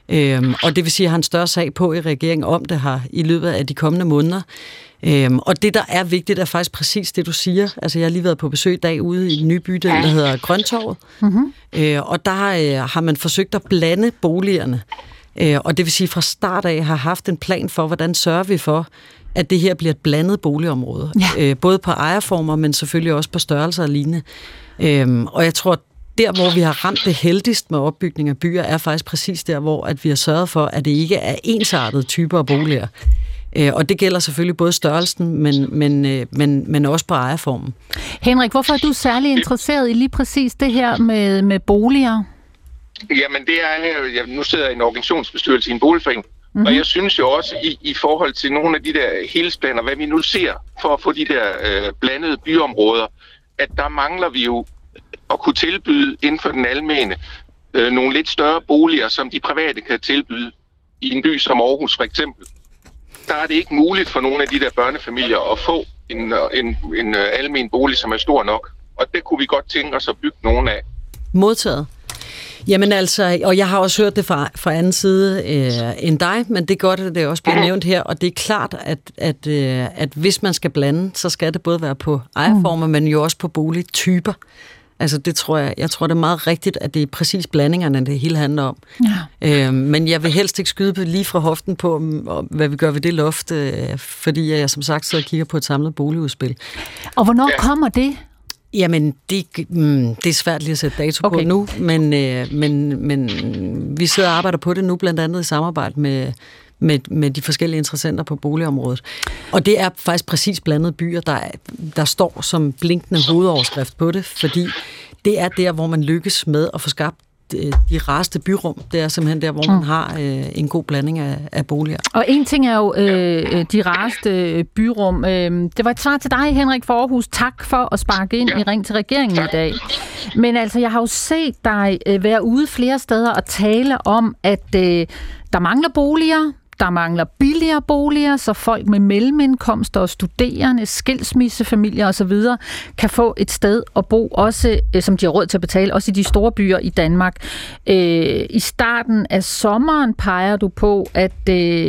[SPEAKER 2] Og det vil sige, at jeg har en større sag på i regeringen om det her i løbet af de kommende måneder. Og det, der er vigtigt, er faktisk præcis det, du siger. Altså, jeg har lige været på besøg i dag ude i den nye bydel, der hedder Grøntorvet. Og der har man forsøgt at blande boligerne. Og det vil sige, at fra start af har haft en plan for, hvordan sørger vi for, at det her bliver et blandet boligområde. Ja. Både på ejerformer, men selvfølgelig også på størrelser og lignende. Og jeg tror, der, hvor vi har ramt det heldigst med opbygning af byer, er faktisk præcis der, hvor at vi har sørget for, at det ikke er ensartede typer af boliger. Og det gælder selvfølgelig både størrelsen, men også på ejerformen.
[SPEAKER 3] Henrik, hvorfor er du særlig interesseret i lige præcis det her med boliger?
[SPEAKER 8] Jamen, det er, nu sidder jeg i en organisationsbestyrelse i en boligforening, og jeg synes jo også i forhold til nogle af de der helhedsplaner, hvad vi nu ser for at få de der blandede byområder, at der mangler vi jo at kunne tilbyde inden for den almene nogle lidt større boliger, som de private kan tilbyde i en by som Aarhus for eksempel. Der er det ikke muligt for nogle af de der børnefamilier at få en almen bolig, som er stor nok. Og det kunne vi godt tænke os at bygge nogle af.
[SPEAKER 2] Modtaget. Jamen altså, og jeg har også hørt det fra anden side end dig, men det er godt, at det også bliver nævnt her, og det er klart, at hvis man skal blande, så skal det både være på ejerformer, men jo også på boligtyper. Altså det tror jeg tror det er meget rigtigt, at det er præcis blandingerne, det hele handler om. Ja. Men jeg vil helst ikke skyde lige fra hoften på, hvad vi gør ved det loft, fordi jeg som sagt sidder og kigger på et samlet boligudspil.
[SPEAKER 3] Og hvornår kommer det?
[SPEAKER 2] Jamen, det er svært lige at sætte dato på nu, men vi sidder og arbejder på det nu, blandt andet i samarbejde med de forskellige interessenter på boligområdet. Og det er faktisk præcis blandede byer, der står som blinkende hovedoverskrift på det, fordi det er der, hvor man lykkes med at få skabt de rareste byrum. Det er simpelthen der, hvor man har en god blanding af boliger.
[SPEAKER 3] Og en ting er jo de rareste byrum. Det var et svar til dig, Henrik fra Aarhus. Tak for at sparke ind i Ring til regeringen i dag. Men altså, jeg har jo set dig være ude flere steder og tale om, at der mangler boliger. Der mangler billigere boliger, så folk med mellemindkomster og studerende, skilsmissefamilier osv. kan få et sted at bo, også som de har råd til at betale, også i de store byer i Danmark. I starten af sommeren peger du på, at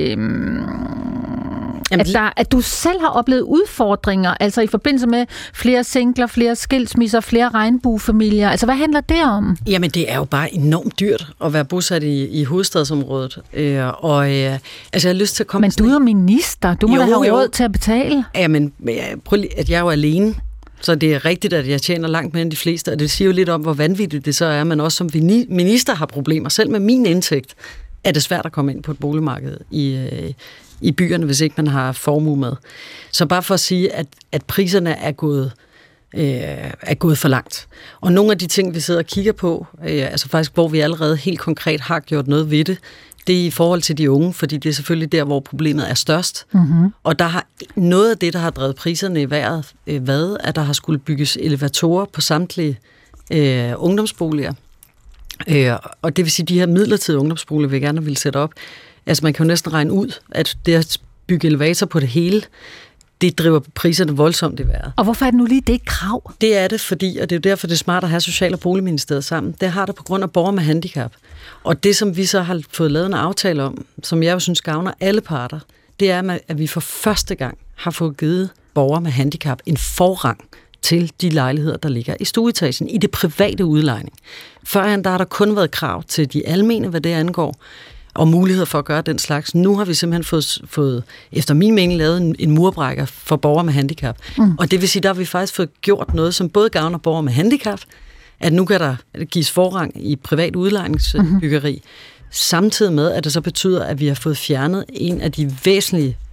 [SPEAKER 3] du selv har oplevet udfordringer, altså i forbindelse med flere singler, flere skilsmisser, flere regnbuefamilier. Altså, hvad handler det om?
[SPEAKER 2] Jamen, det er jo bare enormt dyrt at være bosat i hovedstadsområdet. Altså, jeg har lyst til at komme...
[SPEAKER 3] Men du er jo minister. Du må da have råd til at betale.
[SPEAKER 2] Jamen, at jeg er jo alene. Så det er rigtigt, at jeg tjener langt mere end de fleste, og det siger jo lidt om, hvor vanvittigt det så er, men også som minister har problemer. Selv med min indtægt er det svært at komme ind på et boligmarked i byerne, hvis ikke man har formue med. Så bare for at sige, at priserne er gået for langt. Og nogle af de ting, vi sidder og kigger på, altså faktisk, hvor vi allerede helt konkret har gjort noget ved det, det er i forhold til de unge, fordi det er selvfølgelig der, hvor problemet er størst. Mm-hmm. Og der har noget af det, der har drevet priserne i vejret, været, at der har skulle bygges elevatorer på samtlige ungdomsboliger. Og det vil sige, at de her midlertidige ungdomsboliger, vi gerne vil sætte op, altså man kan jo næsten regne ud, at det at bygge elevator på det hele, det driver priserne voldsomt i vejret.
[SPEAKER 3] Og hvorfor er det nu lige det krav?
[SPEAKER 2] Det er det, fordi, og det er jo derfor, det er smart at have Social- og Boligministeriet sammen, det har det på grund af borgere med handicap. Og det, som vi så har fået lavet en aftale om, som jeg jo synes gavner alle parter, det er, at vi for første gang har fået givet borgere med handicap en forrang til de lejligheder, der ligger i stueetagen, i det private udlejning. Førhen, der har der kun været krav til de almene, hvad det angår, og muligheder for at gøre den slags. Nu har vi simpelthen fået efter min mening, lavet en murbrækker for borgere med handicap. Mm. Og det vil sige, der har vi faktisk fået gjort noget, som både gavner borgere med handicap, at nu kan der gives forrang i privat udlejningsbyggeri, samtidig med, at det så betyder, at vi har fået fjernet en af de væsentlige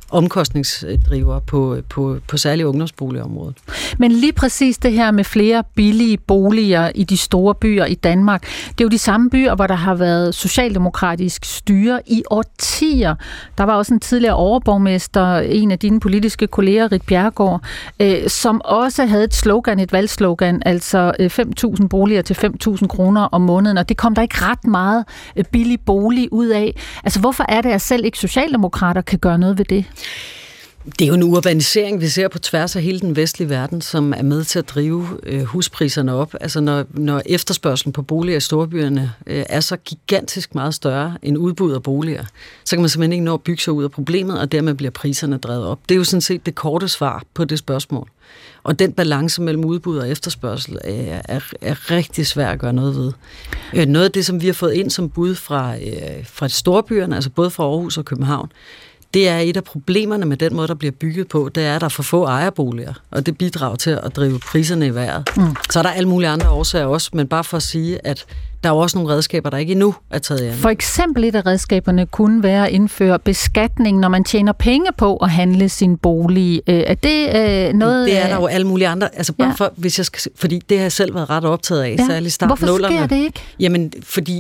[SPEAKER 2] omkostningsdriver på særlige ungdomsboligområdet.
[SPEAKER 3] Men lige præcis det her med flere billige boliger i de store byer i Danmark, det er jo de samme byer, hvor der har været socialdemokratisk styre i årtier. Der var også en tidligere overborgmester, en af dine politiske kolleger, Ritt Bjerregaard, som også havde et valgslogan, altså 5.000 boliger til 5.000 kroner om måneden, og det kom der ikke ret meget billig bolig ud af. Altså hvorfor er det, at selv ikke socialdemokrater kan gøre noget ved det?
[SPEAKER 2] Det er jo en urbanisering, vi ser på tværs af hele den vestlige verden, som er med til at drive huspriserne op. Altså når efterspørgselen på boliger i storbyerne er så gigantisk meget større end udbud af boliger, så kan man simpelthen ikke nå at bygge sig ud af problemet, og dermed bliver priserne drevet op. Det er jo sådan set det korte svar på det spørgsmål. Og den balance mellem udbud og efterspørgsel er rigtig svært at gøre noget ved. Noget af det, som vi har fået ind som bud fra storbyerne, altså både fra Aarhus og København, det er et af problemerne med den måde, der bliver bygget på, det er, at der er for få ejerboliger, og det bidrager til at drive priserne i vejret. Så er der alle mulige andre årsager også, men bare for at sige, at der er jo også nogle redskaber, der ikke endnu er taget i.
[SPEAKER 3] For eksempel et af redskaberne kunne være at indføre beskatning, når man tjener penge på at handle sin bolig. Er det noget...
[SPEAKER 2] Det er der jo alle mulige andre. Altså bare for, hvis jeg skal, fordi det har jeg selv været ret optaget af, særligt starten.
[SPEAKER 3] Hvorfor sker det ikke?
[SPEAKER 2] Jamen, fordi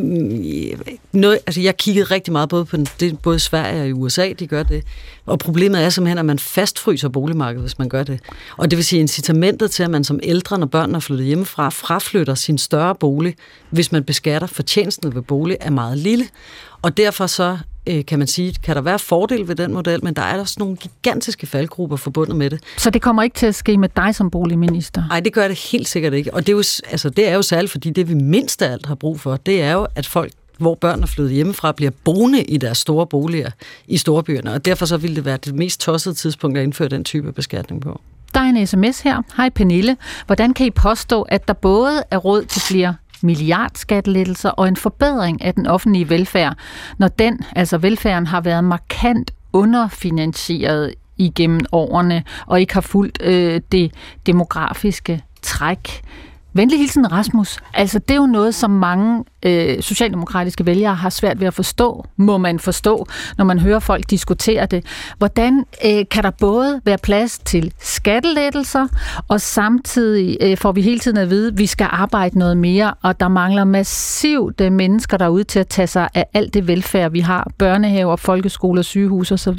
[SPEAKER 2] jeg kiggede rigtig meget både på både Sverige og i USA, de gør det. Og problemet er simpelthen, at man fastfryser boligmarkedet, hvis man gør det. Og det vil sige, incitamentet til, at man som ældre, når børnene er flyttet hjemmefra, fraflytter sin større bolig, hvis man beskatter fortjenesten ved bolig, er meget lille. Og derfor så kan man sige, kan der være fordel ved den model, men der er også nogle gigantiske faldgrupper forbundet med det.
[SPEAKER 3] Så det kommer ikke til at ske med dig som boligminister?
[SPEAKER 2] Nej, det gør det helt sikkert ikke. Og det er jo særligt, fordi det vi mindst af alt har brug for, det er jo, at folk, hvor børn er flyttet hjemmefra, bliver boende i deres store boliger i storbyerne. Og derfor så ville det være det mest tossede tidspunkt at indføre den type beskatning på.
[SPEAKER 3] Der er en sms her. Hej Pernille. Hvordan kan I påstå, at der både er råd til flere milliardskattelettelser og en forbedring af den offentlige velfærd, når velfærden har været markant underfinansieret igennem årene og ikke har fulgt det demografiske træk? Venlig hilsen Rasmus. Altså det er jo noget, som mange socialdemokratiske vælgere har svært ved at forstå, må man forstå, når man hører folk diskutere det. Hvordan kan der både være plads til skattelettelser, og samtidig får vi hele tiden at vide, at vi skal arbejde noget mere, og der mangler massivt mennesker derude til at tage sig af alt det velfærd, vi har, børnehaver, folkeskoler, sygehus osv.?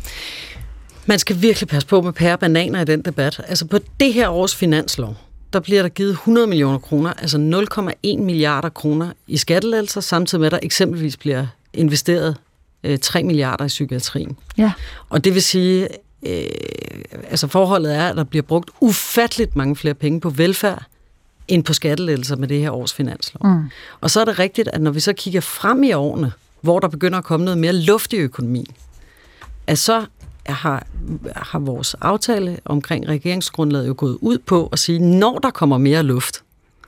[SPEAKER 2] Man skal virkelig passe på med pære og bananer i den debat. Altså på det her års finanslov, der bliver der givet 100 millioner kroner, altså 0,1 milliarder kroner i skattelettelser, samtidig med, at der eksempelvis bliver investeret 3 milliarder i psykiatrien. Ja. Og det vil sige, forholdet er, at der bliver brugt ufatteligt mange flere penge på velfærd, end på skattelettelser med det her års finanslov. Og så er det rigtigt, at når vi så kigger frem i årene, hvor der begynder at komme noget mere luft i økonomien, at så har vores aftale omkring regeringsgrundlaget jo gået ud på at sige, når der kommer mere luft,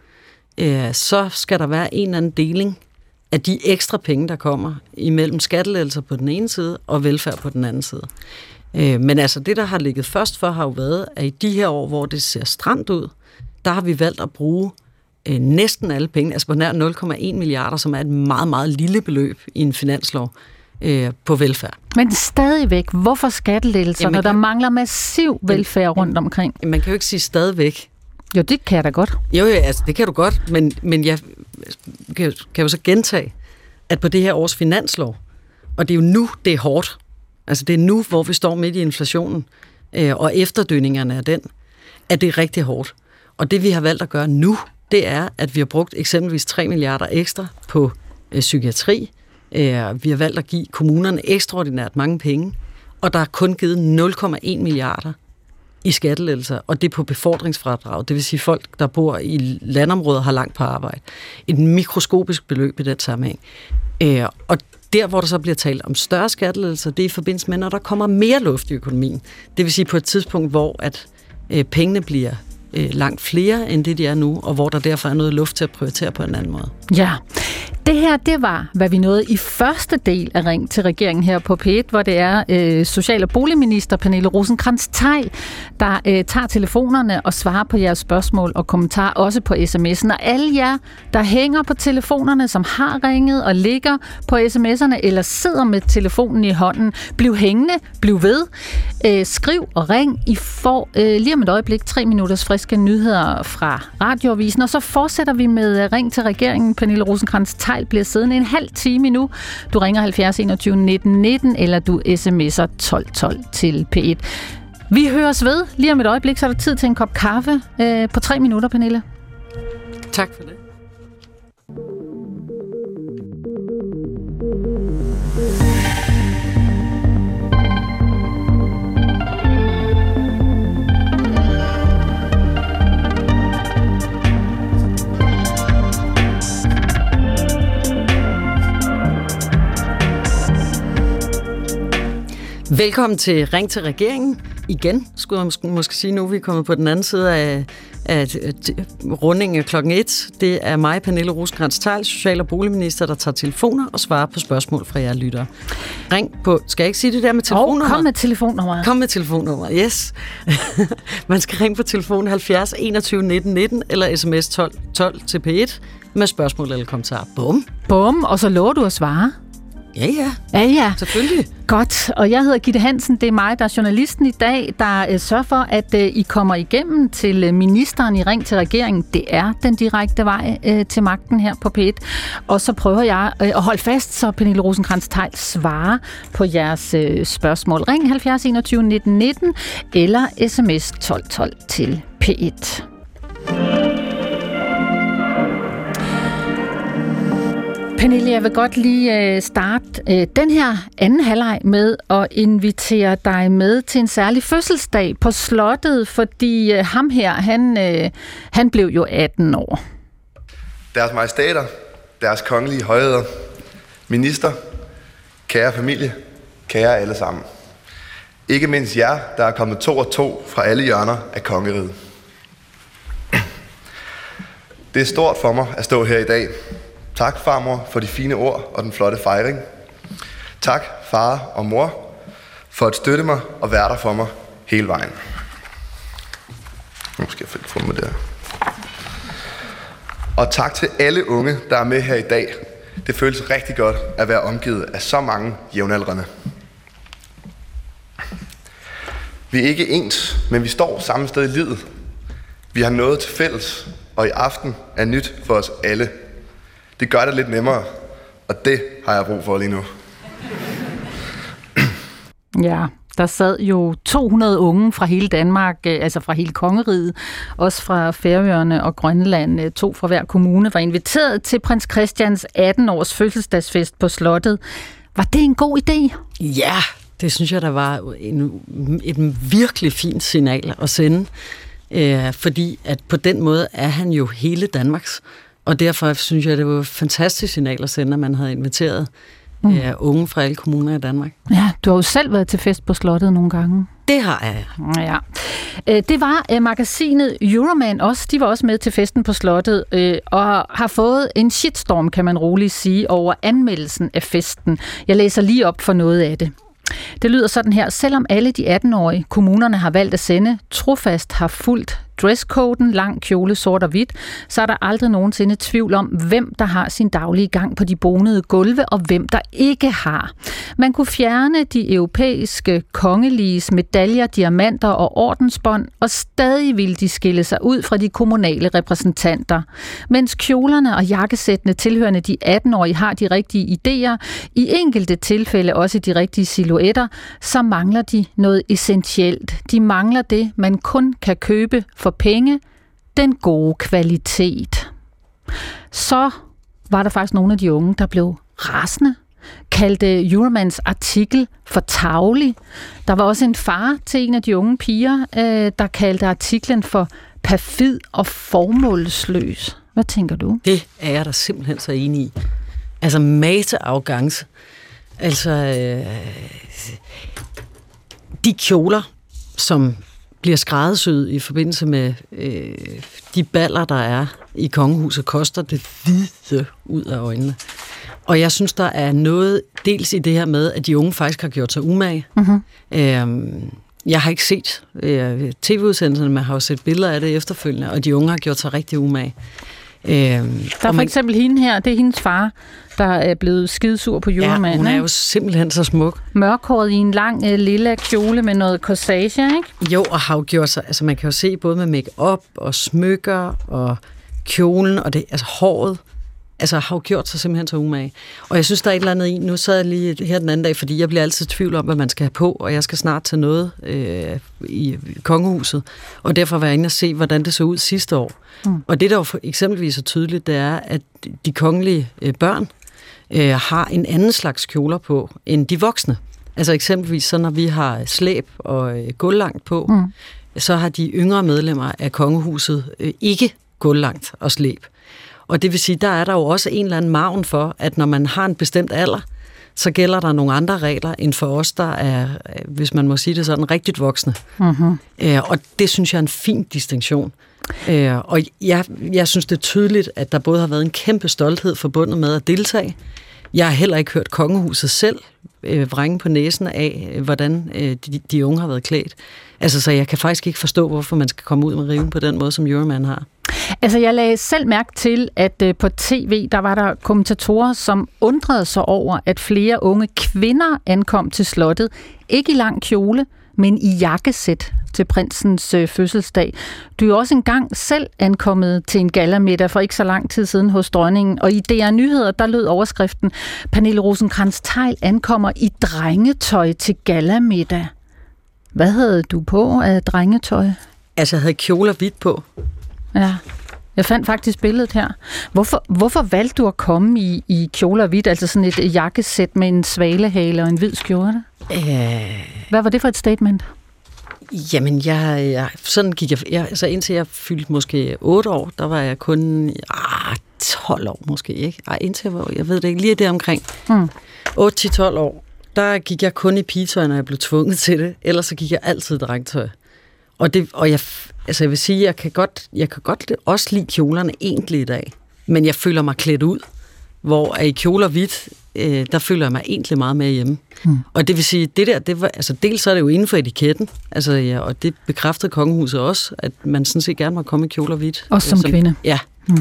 [SPEAKER 2] så skal der være en eller anden deling af de ekstra penge, der kommer imellem skattelettelser på den ene side og velfærd på den anden side. Men altså det, der har ligget først for, har jo været, at i de her år, hvor det ser stramt ud, der har vi valgt at bruge næsten alle penge, altså på nær 0,1 milliarder, som er et meget, meget lille beløb i en finanslov, på velfærd. Men
[SPEAKER 3] stadigvæk, hvorfor skattelettelser, når der mangler massiv velfærd rundt omkring?
[SPEAKER 2] Man kan jo ikke sige stadigvæk.
[SPEAKER 3] Jo, det kan jeg da godt.
[SPEAKER 2] Jo, altså det kan du godt, men jeg kan jo så gentage, at på det her års finanslov, og det er jo nu, det er hårdt. Altså det er nu, hvor vi står midt i inflationen, og efterdønningerne af den, at det er rigtig hårdt. Og det vi har valgt at gøre nu, det er, at vi har brugt eksempelvis 3 milliarder ekstra på psykiatri. Vi har valgt at give kommunerne ekstraordinært mange penge, og der er kun givet 0,1 milliarder i skattelettelser, og det er på befordringsfradrag. Det vil sige, folk, der bor i landområder, har langt på arbejde. Et mikroskopisk beløb i den sammenhæng. Og der, hvor der så bliver talt om større skattelettelser, det er i forbindelse med, når der kommer mere luft i økonomien. Det vil sige på et tidspunkt, hvor at pengene bliver langt flere, end det de er nu, og hvor der derfor er noget luft til at prioritere på en anden måde.
[SPEAKER 3] Ja. Det her, det var, hvad vi nåede i første del af Ring til regeringen her på P1, hvor det er social- og boligminister Pernille Rosenkrantz-Theil, der tager telefonerne og svarer på jeres spørgsmål og kommentarer, også på sms'en. Og alle jer, der hænger på telefonerne, som har ringet og ligger på sms'erne, eller sidder med telefonen i hånden, bliv hængende, bliv ved, skriv og ring. I får lige om et øjeblik 3 minutters friske nyheder fra Radioavisen, og så fortsætter vi med Ring til regeringen. Pernille Rosenkrantz-Theil bliver siddende en halv time nu. Du ringer 70 21 19 19, eller du sms'er 12 12 til P1. Vi høres ved. Lige om et øjeblik, så er der tid til en kop kaffe på 3 minutter, Pernille.
[SPEAKER 2] Tak for det. Velkommen til Ring til regeringen. Igen, skulle jeg måske sige nu, vi er kommet på den anden side af rundingen klokken 1. Det er mig, Pernille Rosenkrantz-Theil, social- og boligminister, der tager telefoner og svarer på spørgsmål fra jer lyttere. Ring på, skal jeg ikke sige det der med telefonnummeret?
[SPEAKER 3] Kom med telefonnummeret.
[SPEAKER 2] Kom med telefonnummeret, yes. Man skal ringe på telefonen 70 21 19 19 eller sms 12 12 til P1 med spørgsmål eller kommentarer. Bum.
[SPEAKER 3] Bum, og så lover du at svare.
[SPEAKER 2] Ja. Selvfølgelig.
[SPEAKER 3] Godt, og jeg hedder Gitte Hansen. Det er mig, der er journalisten i dag, der sørger for, at I kommer igennem til ministeren i Ring til regeringen. Det er den direkte vej til magten her på P1. Og så prøver jeg at holde fast, så Pernille Rosenkrantz-Theil svarer på jeres spørgsmål. Ring 70 21 19 19 eller sms 12 12 til P1. Pernille, jeg vil godt lige starte den her anden halvleg med at invitere dig med til en særlig fødselsdag på slottet, fordi ham her, han blev jo 18 år.
[SPEAKER 9] Deres majestæter, deres kongelige højheder, minister, kære familie, kære alle sammen. Ikke mindst jer, der er kommet 2 og 2 fra alle hjørner af kongeriget. Det er stort for mig at stå her i dag. Tak, farmor, for de fine ord og den flotte fejring. Tak, far og mor, for at støtte mig og være der for mig hele vejen. Nu skal jeg få med det her. Og tak til alle unge, der er med her i dag. Det føles rigtig godt at være omgivet af så mange jævnaldrende. Vi er ikke ens, men vi står samme sted i livet. Vi har noget til fælles, og i aften er nyt for os alle. Det gør det lidt nemmere, og det har jeg brug for lige nu.
[SPEAKER 3] Ja, der sad jo 200 unge fra hele Danmark, altså fra hele kongeriget, også fra Færøerne og Grønland. 2 fra hver kommune var inviteret til prins Christians 18-års fødselsdagsfest på slottet. Var det en god idé?
[SPEAKER 2] Ja, det synes jeg, der var et virkelig fint signal at sende, fordi at på den måde er han jo hele Danmarks. Og derfor synes jeg, det var et fantastisk signal at sende, at man havde inviteret unge fra alle kommuner i Danmark. Ja,
[SPEAKER 3] du har jo selv været til fest på slottet nogle gange.
[SPEAKER 2] Det har jeg.
[SPEAKER 3] Ja. Det var magasinet Euroman også. De var også med til festen på slottet og har fået en shitstorm, kan man roligt sige, over anmeldelsen af festen. Jeg læser lige op for noget af det. Det lyder sådan her. Selvom alle de 18-årige kommunerne har valgt at sende, trofast har fulgt dresscoden, lang kjole, sort og hvidt, så er der aldrig nogensinde tvivl om, hvem der har sin daglige gang på de bonede gulve, og hvem der ikke har. Man kunne fjerne de europæiske kongeliges medaljer, diamanter og ordensbånd, og stadig ville de skille sig ud fra de kommunale repræsentanter. Mens kjolerne og jakkesættene tilhørende de 18-årige har de rigtige idéer, i enkelte tilfælde også de rigtige silhuetter, så mangler de noget essentielt. De mangler det, man kun kan købe for penge, den gode kvalitet. Så var der faktisk nogle af de unge, der blev rasende, kaldte Euromans artikel for tarvelig. Der var også en far til en af de unge piger, der kaldte artiklen for perfid og formålsløs. Hvad tænker du?
[SPEAKER 2] Det er jeg da simpelthen så enig i. Altså mate-arrogance. Altså de kjoler, som bliver skræddersyet i forbindelse med de baller, der er i kongehuset, koster det hvide ud af øjnene. Og jeg synes, der er noget dels i det her med, at de unge faktisk har gjort sig umage. Mm-hmm. Jeg har ikke set tv-udsendelserne, men har jo set billeder af det efterfølgende, og de unge har gjort sig rigtig umage. Der
[SPEAKER 3] er for eksempel hende her, det er hendes far, der er blevet skidesur på julemanden.
[SPEAKER 2] Ja, hun er jo simpelthen så smuk.
[SPEAKER 3] Mørkhåret i en lang lilla kjole med noget corsage, ikke?
[SPEAKER 2] Jo, og har jo gjort sig, altså man kan jo se både med make-up og smykker og kjolen og det, altså håret, altså har jo gjort sig simpelthen så umage. Og jeg synes, der er et eller andet i, nu sad jeg lige her den anden dag, fordi jeg bliver altid i tvivl om, hvad man skal have på, og jeg skal snart til noget i kongehuset, og derfor var jeg inde og se, hvordan det så ud sidste år. Og det, der jo eksempelvis er tydeligt, det er, at de kongelige børn har en anden slags kjoler på, end de voksne. Altså eksempelvis, så når vi har slæb og gulvlangt på, så har de yngre medlemmer af kongehuset ikke gulvlangt og slæb. Og det vil sige, der er der jo også en eller anden margen for, at når man har en bestemt alder, så gælder der nogle andre regler end for os, der er, hvis man må sige det sådan, rigtigt voksne. Mm-hmm. Og det synes jeg er en fin distinktion. Og jeg synes, det er tydeligt, at der både har været en kæmpe stolthed forbundet med at deltage. Jeg har heller ikke hørt kongehuset selv vrænge på næsen af, hvordan de unge har været klædt. Altså, så jeg kan faktisk ikke forstå, hvorfor man skal komme ud med riven på den måde, som Euroman har.
[SPEAKER 3] Altså, jeg lagde selv mærke til, at på tv, der var der kommentatorer, som undrede sig over, at flere unge kvinder ankom til slottet. Ikke i lang kjole, men i jakkesæt til prinsens fødselsdag. Du er jo også engang selv ankommet til en gallamiddag for ikke så lang tid siden hos dronningen, og i DR Nyheder, der lød overskriften: Pernille Rosenkrantz-Theil ankommer i drengetøj til gallamiddag. Hvad havde du på af drengetøj?
[SPEAKER 2] Altså, jeg havde kjoler hvidt på.
[SPEAKER 3] Ja, jeg fandt faktisk billedet her. Hvorfor valgte du at komme i kjoler hvidt, altså sådan et jakkesæt med en svalehale og en hvid skjorte? Hvad var det for et statement?
[SPEAKER 2] Jamen, sådan gik jeg, altså indtil jeg fyldte måske 8 år, der var jeg kun 12 år måske, ikke? Indtil jeg ved det ikke, lige det omkring 8-12 år, der gik jeg kun i pigetøj, når jeg blev tvunget til det, ellers så gik jeg altid i drengtøj. Og jeg vil sige, jeg kan godt også lide kjolerne egentlig i dag, men jeg føler mig klædt ud, hvor i kjoler hvidt, der føler jeg mig egentlig meget mere hjemme. Og det vil sige, det var, altså dels så er det jo inden for etiketten, altså, ja, og det bekræftede kongehuset også, at man sådan set gerne må komme i kjoler hvidt.
[SPEAKER 3] Også som kvinde.
[SPEAKER 2] Ja.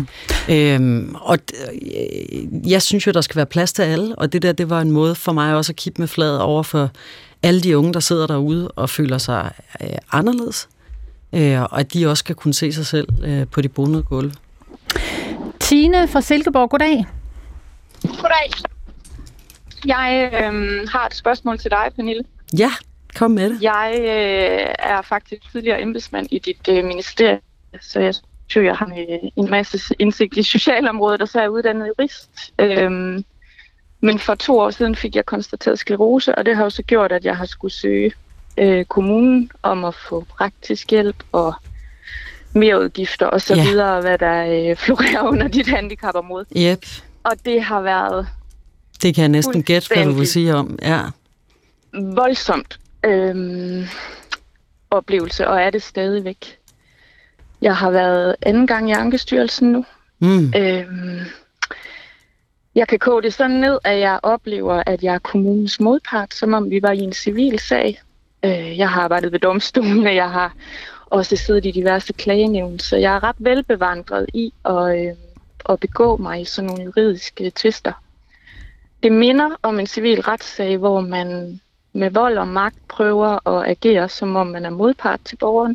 [SPEAKER 2] Jeg synes jo, der skal være plads til alle, og det var en måde for mig også at kippe med fladet over for alle de unge, der sidder derude og føler sig anderledes, og at de også skal kunne se sig selv på de bonede gulve.
[SPEAKER 3] Tine fra Silkeborg, goddag.
[SPEAKER 10] Goddag. Jeg har et spørgsmål til dig, Pernille.
[SPEAKER 2] Ja, kom med det.
[SPEAKER 10] Jeg er faktisk tidligere embedsmand i dit ministerie, så jeg synes, jeg har en masse indsigt i socialområdet, og så er jeg uddannet jurist. Men for 2 år siden fik jeg konstateret sklerose, og det har jo så gjort, at jeg har skulle søge kommunen om at få praktisk hjælp og merudgifter og så videre, hvad der florerer under dit handicapområde.
[SPEAKER 2] Yep.
[SPEAKER 10] Og det har været...
[SPEAKER 2] Det kan jeg næsten gætte, hvad du vil sige om. Ja.
[SPEAKER 10] Voldsomt oplevelse, og er det stadigvæk. Jeg har været 2. gang i Ankestyrelsen nu. Jeg kan koge det sådan ned, at jeg oplever, at jeg er kommunens modpart, som om vi var i en civil sag. Jeg har arbejdet ved domstolene, jeg har også siddet i diverse klagenævn, så jeg er ret velbevandret i at begå mig i sådan nogle juridiske tvister. Det minder om en civil retssag, hvor man med vold og magt prøver at agere, som om man er modpart til borgeren.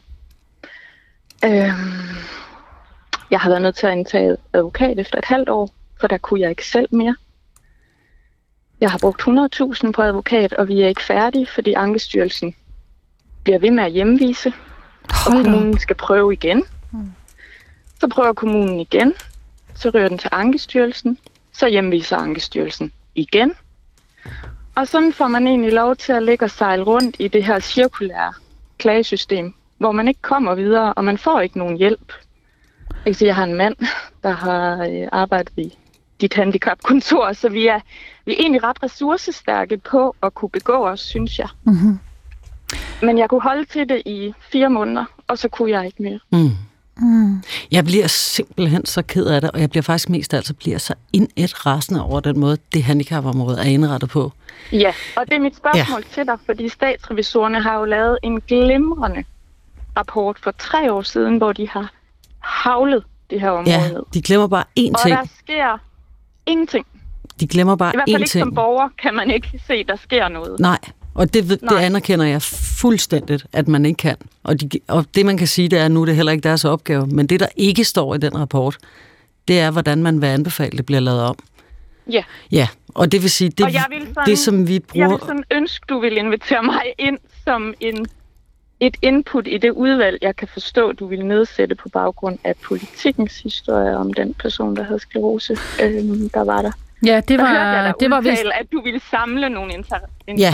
[SPEAKER 10] Jeg har været nødt til at indtage advokat efter 1,5 år, for der kunne jeg ikke selv mere. Jeg har brugt 100.000 på advokat, og vi er ikke færdige, fordi Ankestyrelsen bliver ved med at hjemvise, og kommunen skal prøve igen. Så prøver kommunen igen, så ryger den til Ankestyrelsen, så hjemviser Ankestyrelsen igen. Og sådan får man egentlig lov til at ligge og sejle rundt i det her cirkulære klagesystem, hvor man ikke kommer videre, og man får ikke nogen hjælp. Jeg har en mand, der har arbejdet i dit handicapkontor, så vi er egentlig ret ressourcestærke på at kunne begå os, synes jeg. Men jeg kunne holde til det i 4 måneder, og så kunne jeg ikke mere.
[SPEAKER 2] Jeg bliver simpelthen så ked af det, og jeg bliver faktisk mest altså så rasende over den måde, det handicapområde er indrettet på.
[SPEAKER 10] Ja, og det er mit spørgsmål til dig, fordi statsrevisorerne har jo lavet en glimrende rapport for 3 år siden, hvor de har havlet det her område.
[SPEAKER 2] Ja, de glemmer bare én ting.
[SPEAKER 10] Og der sker ingenting.
[SPEAKER 2] De glemmer bare én ting.
[SPEAKER 10] I hvert fald ikke som borger kan man ikke se, der sker noget.
[SPEAKER 2] Nej, og det anerkender jeg fuldstændigt, at man ikke kan. Og det man kan sige, det er, nu det er heller ikke deres opgave, men det der ikke står i den rapport, det er, hvordan man vil anbefale, det bliver lavet om.
[SPEAKER 10] Ja.
[SPEAKER 2] Ja, og det vil sige, det som vi bruger...
[SPEAKER 10] Jeg vil sådan ønske, du vil invitere mig ind som et input i det udvalg, jeg kan forstå, du vil nedsætte på baggrund af Politikens historie om den person, der havde sklerose, der var der.
[SPEAKER 3] Ja, det var vist,
[SPEAKER 10] at du ville samle nogle interessenter.
[SPEAKER 2] Ja,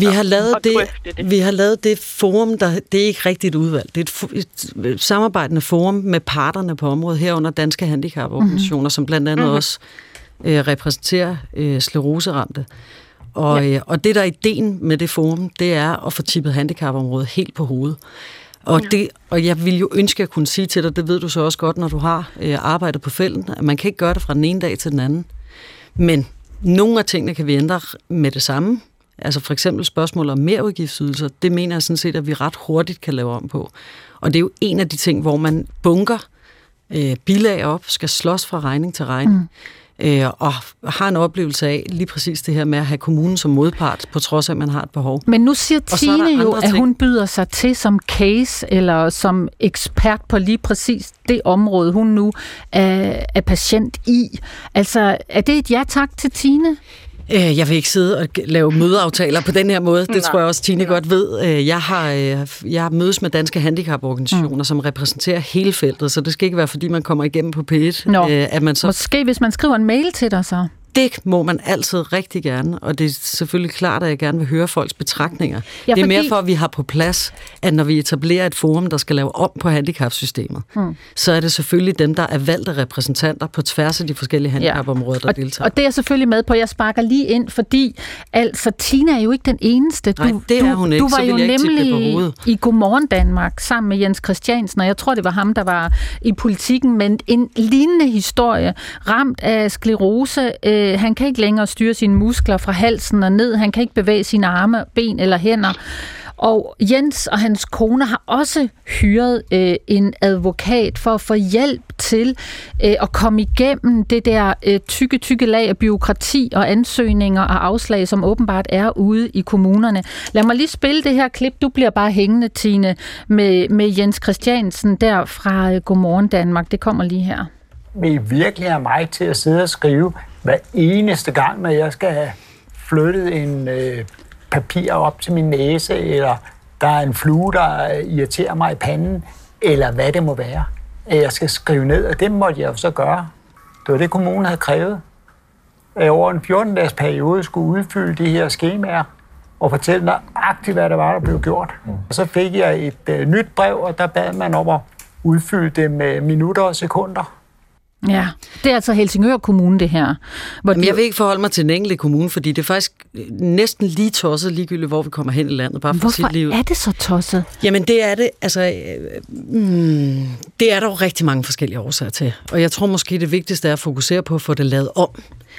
[SPEAKER 2] vi har lavet det forum, det er ikke rigtigt udvalg. Det er et samarbejdende forum med parterne på området, herunder Danske Handicaporganisationer, som blandt andet også repræsenterer skleroseramte. Og det der er ideen med det forum, det er at få tippet handicapområdet helt på hovedet. Og jeg vil jo ønske, at jeg kunne sige til dig, det ved du så også godt, når du har arbejdet på felten, at man kan ikke gøre det fra den ene dag til den anden. Men nogle af tingene kan vi ændre med det samme. Altså for eksempel spørgsmål om merudgiftsydelser, det mener jeg sådan set, at vi ret hurtigt kan lave om på. Og det er jo en af de ting, hvor man bunker bilag op, skal slås fra regning til regning. Og har en oplevelse af lige præcis det her med at have kommunen som modpart, på trods af, at man har et behov.
[SPEAKER 3] Men nu siger Tine jo, at hun byder sig til som case, eller som ekspert på lige præcis det område, hun nu er patient i. Altså, er det et ja-tak til Tine?
[SPEAKER 2] Jeg vil ikke sidde og lave mødeaftaler på den her måde. Det tror jeg også, Tine godt ved. Jeg mødes med Danske Handicaporganisationer, som repræsenterer hele feltet, så det skal ikke være, fordi man kommer igennem på P1. At man så...
[SPEAKER 3] Måske hvis man skriver en mail til dig så?
[SPEAKER 2] Det må man altid rigtig gerne, og det er selvfølgelig klart, at jeg gerne vil høre folks betragtninger. Ja, det er mere for, at vi har på plads, at når vi etablerer et forum, der skal lave om på handicapsystemet, så er det selvfølgelig dem, der er valgte repræsentanter på tværs af de forskellige handicapområder, der deltager.
[SPEAKER 3] Og det er jeg selvfølgelig med på. Jeg sparker lige ind, fordi altså, Tina er jo ikke den eneste.
[SPEAKER 2] Nej, det er hun ikke.
[SPEAKER 3] Du var jo nemlig i Godmorgen Danmark sammen med Jens Christiansen, og jeg tror, det var ham, der var i Politikken, men en lignende historie, ramt af sklerose. Han kan ikke længere styre sine muskler fra halsen og ned. Han kan ikke bevæge sine arme, ben eller hænder. Og Jens og hans kone har også hyret en advokat for at få hjælp til at komme igennem det der tykke lag af bureaukrati og ansøgninger og afslag, som åbenbart er ude i kommunerne. Lad mig lige spille det her klip. Du bliver bare hængende, Tine, med Jens Christiansen der fra Godmorgen Danmark. Det kommer lige her.
[SPEAKER 11] Vil I virkelig have mig til at sidde og skrive hver eneste gang, når jeg skal have flyttet en papir op til min næse, eller der er en flue, der irriterer mig i panden, eller hvad det må være, at jeg skal skrive ned, og det måtte jeg jo så gøre. Det var det, kommunen havde krævet. Over en 14-dages periode skulle udfylde de her skemaer, og fortælle nøjagtigt, hvad det var, der blev gjort. Og så fik jeg et nyt brev, og der bad man om at udfylde det med minutter og sekunder.
[SPEAKER 3] Ja, det er altså Helsingør Kommune, det her.
[SPEAKER 2] Jeg vil ikke forholde mig til den enkelte kommune, fordi det er faktisk næsten lige tosset, ligegyldigt hvor vi kommer hen i landet. Bare for
[SPEAKER 3] hvorfor er det så tosset?
[SPEAKER 2] Jamen det er det, altså, det er der jo rigtig mange forskellige årsager til. Og jeg tror måske det vigtigste er at fokusere på at få det lavet om.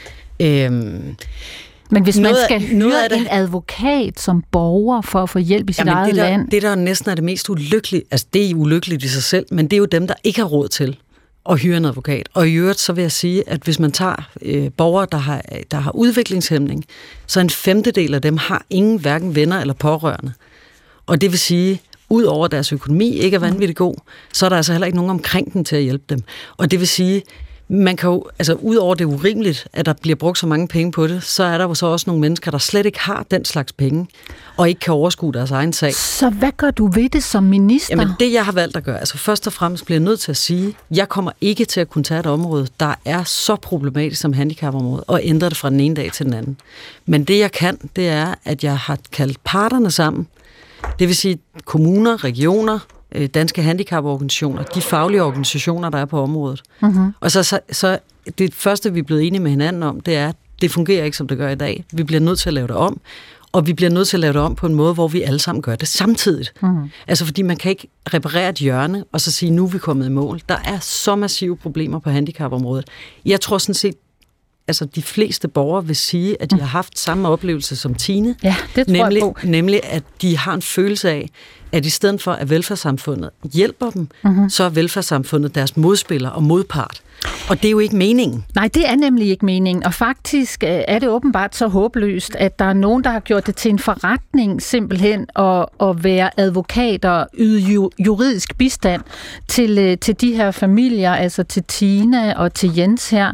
[SPEAKER 3] Men hvis man skal hyre en advokat som borger for at få hjælp i sit eget land...
[SPEAKER 2] Det der næsten er det mest ulykkelige, altså det er ulykkeligt i sig selv, men det er jo dem, der ikke har råd til at hyre en advokat. Og i øvrigt så vil jeg sige, at hvis man tager borgere, der har udviklingshæmning, så 1/5 af dem har ingen hverken venner eller pårørende. Og det vil sige, ud over deres økonomi ikke er vanvittigt god, så er der altså heller ikke nogen omkring dem til at hjælpe dem. Og det vil sige, man kan jo, altså ud over det urimeligt, at der bliver brugt så mange penge på det, så er der jo så også nogle mennesker, der slet ikke har den slags penge, og ikke kan overskue deres egen sag.
[SPEAKER 3] Så hvad gør du ved det som minister?
[SPEAKER 2] Jamen det, jeg har valgt at gøre, altså først og fremmest bliver jeg nødt til at sige, jeg kommer ikke til at kunne tage et område, der er så problematisk som handicapområdet, og ændre det fra den ene dag til den anden. Men det, jeg kan, det er, at jeg har kaldt parterne sammen, det vil sige kommuner, regioner, Danske Handicaporganisationer, de faglige organisationer, der er på området. Og så det første, vi er blevet enige med hinanden om, det er, at det fungerer ikke, som det gør i dag. Vi bliver nødt til at lave det om, Og vi bliver nødt til at lave det om på en måde, hvor vi alle sammen gør det samtidigt. Altså fordi man kan ikke reparere et hjørne, og så sige, nu er vi kommet i mål. Der er så massive problemer på handicapområdet. Jeg tror sådan set, altså de fleste borgere vil sige, at de har haft samme oplevelse som Tine.
[SPEAKER 3] Ja, det tror jeg på.
[SPEAKER 2] Nemlig, at de har en følelse af, at i stedet for, at velfærdssamfundet hjælper dem, så er velfærdssamfundet deres modspiller og modpart. Og det er jo ikke meningen.
[SPEAKER 3] Nej, det er nemlig ikke meningen. Og faktisk er det åbenbart så håbløst, at der er nogen, der har gjort det til en forretning simpelthen at være advokat og yde juridisk bistand til de her familier, altså til Tina og til Jens her,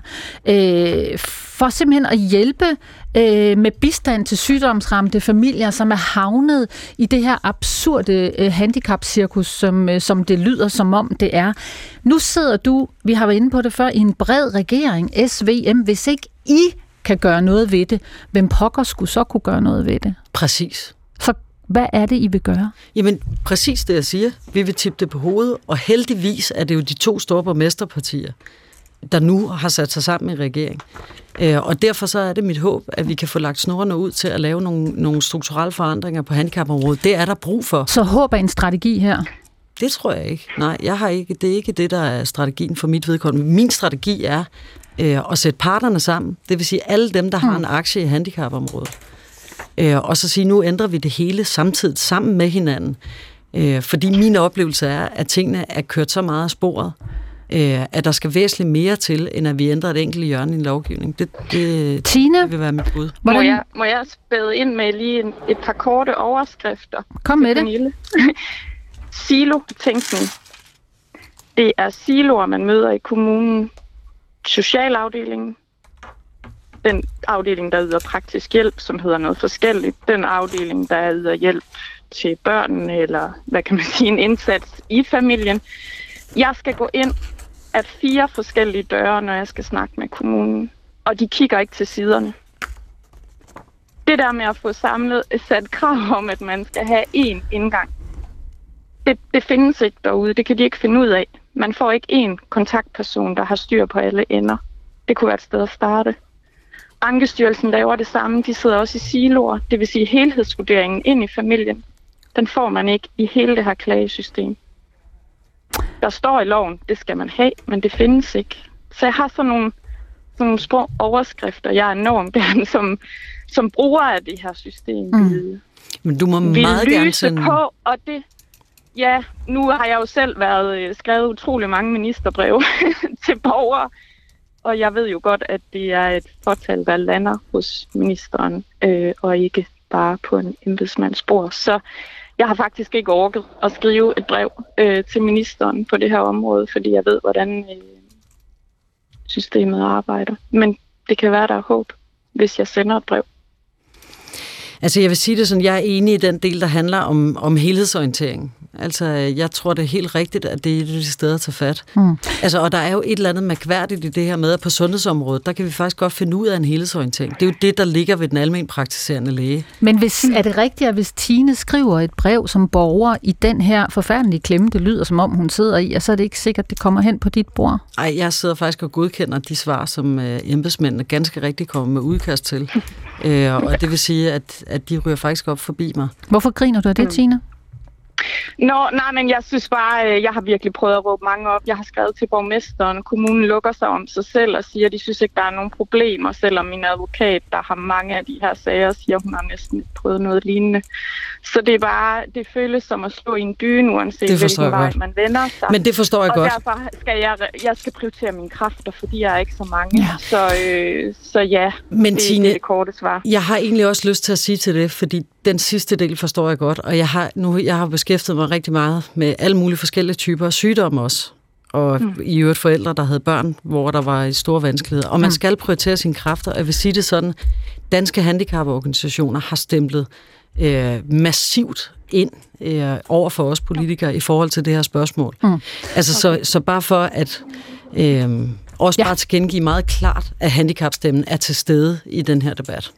[SPEAKER 3] for simpelthen at hjælpe med bistand til sygdomsramte familier, som er havnet i det her absurde handicapcirkus, som det lyder som om det er. Nu sidder du, vi har været inde på det før, i en bred regering, SVM. Hvis ikke I kan gøre noget ved det, hvem pokker skulle så kunne gøre noget ved det?
[SPEAKER 2] Præcis.
[SPEAKER 3] Så hvad er det, I vil gøre?
[SPEAKER 2] Jamen, præcis det, jeg siger. Vi vil tippe det på hovedet, og heldigvis er det jo de 2 store borgmesterpartier, der nu har sat sig sammen i regering. Og derfor så er det mit håb, at vi kan få lagt snorene ud til at lave nogle strukturelle forandringer på handicapområdet. Det er der brug for.
[SPEAKER 3] Så håb er en strategi her?
[SPEAKER 2] Det tror jeg ikke. Nej, det er ikke det, der er strategien for mit vedkommende. Min strategi er at sætte parterne sammen. Det vil sige alle dem, der har en aktie i handicapområdet. Og så sige, nu ændrer vi det hele samtidig sammen med hinanden. Fordi min oplevelse er, at tingene er kørt så meget af sporet, at der skal væsentligt mere til, end at vi ændrer et enkelt hjørne i en lovgivning.
[SPEAKER 3] Tina,
[SPEAKER 2] det vil være mit bud.
[SPEAKER 10] Må jeg spæde ind med lige et par korte overskrifter?
[SPEAKER 3] Kom med det.
[SPEAKER 10] Silo-tænkning. Det er siloer, man møder i kommunen. Socialafdelingen. Den afdeling, der yder praktisk hjælp, som hedder noget forskelligt. Den afdeling, der yder hjælp til børnene, eller hvad kan man sige, en indsats i familien. Jeg skal gå ind af 4 forskellige døre, når jeg skal snakke med kommunen. Og de kigger ikke til siderne. Det der med at få sat krav om, at man skal have én indgang. Det findes ikke derude. Det kan de ikke finde ud af. Man får ikke én kontaktperson, der har styr på alle ender. Det kunne være et sted at starte. Ankestyrelsen laver det samme. De sidder også i siloer. Det vil sige helhedsvurderingen ind i familien. Den får man ikke i hele det her klagesystem. Der står i loven, det skal man have, men det findes ikke. Så jeg har sådan nogle små overskrifter, jeg er enormt gerne som bruger af det her system.
[SPEAKER 2] Men du må meget gerne
[SPEAKER 10] sende på, og det... Ja, nu har jeg jo selv skrevet utrolig mange ministerbreve til borgere, og jeg ved jo godt, at det er et fortal, der lander hos ministeren, og ikke bare på en embedsmandsbord. Så jeg har faktisk ikke orket at skrive et brev til ministeren på det her område, fordi jeg ved, hvordan systemet arbejder. Men det kan være, der er håb, hvis jeg sender et brev.
[SPEAKER 2] Altså jeg vil sige det sådan, jeg er enig i den del, der handler om helhedsorientering. Altså jeg tror, det er helt rigtigt, at det er et af de steder at tage fat. Altså, og der er jo et eller andet mærkværdigt i det her med, at på sundhedsområdet, der kan vi faktisk godt finde ud af en helhedsorientering. Det er jo det, der ligger ved den almenpraktiserende læge.
[SPEAKER 3] Men er det rigtigt, at hvis Tine skriver et brev som borger i den her forfærdelige klemme, det lyder som om hun sidder i, og så er det ikke sikkert, det kommer hen på dit bord?
[SPEAKER 2] Nej, jeg sidder faktisk og godkender de svar, som embedsmændene ganske rigtigt kommer med udkast til. Og det vil sige, at de ryger faktisk op forbi mig.
[SPEAKER 3] Hvorfor griner du af det, Tina?
[SPEAKER 10] Nej, men jeg synes bare, jeg har virkelig prøvet at råbe mange op. Jeg har skrevet til borgmesteren, kommunen lukker sig om sig selv og siger, at de synes ikke, der er nogen problemer, selvom min advokat, der har mange af de her sager, siger, at hun har næsten prøvet noget lignende. Så det er bare, det føles som at slå i en dyne, uanset hvilken vej man vender sig.
[SPEAKER 2] Men det forstår jeg godt.
[SPEAKER 10] Og derfor skal jeg skal prioritere mine kræfter, fordi jeg er ikke så mange. Ja. Så ja,
[SPEAKER 2] men
[SPEAKER 10] det
[SPEAKER 2] Tine,
[SPEAKER 10] er det korte svar.
[SPEAKER 2] Jeg har egentlig også lyst til at sige til det, fordi den sidste del forstår jeg godt, og jeg har beskæftiget mig rigtig meget med alle mulige forskellige typer af sygdomme også. Og i øvrigt forældre, der havde børn, hvor der var store vanskeligheder. Og man skal prioritere sine kræfter. Jeg vil sige det sådan, danske handicaporganisationer har stemplet massivt ind over for os politikere i forhold til det her spørgsmål. Altså så bare for at også bare tilkendegive meget klart, at handicapstemmen er til stede i den her debat.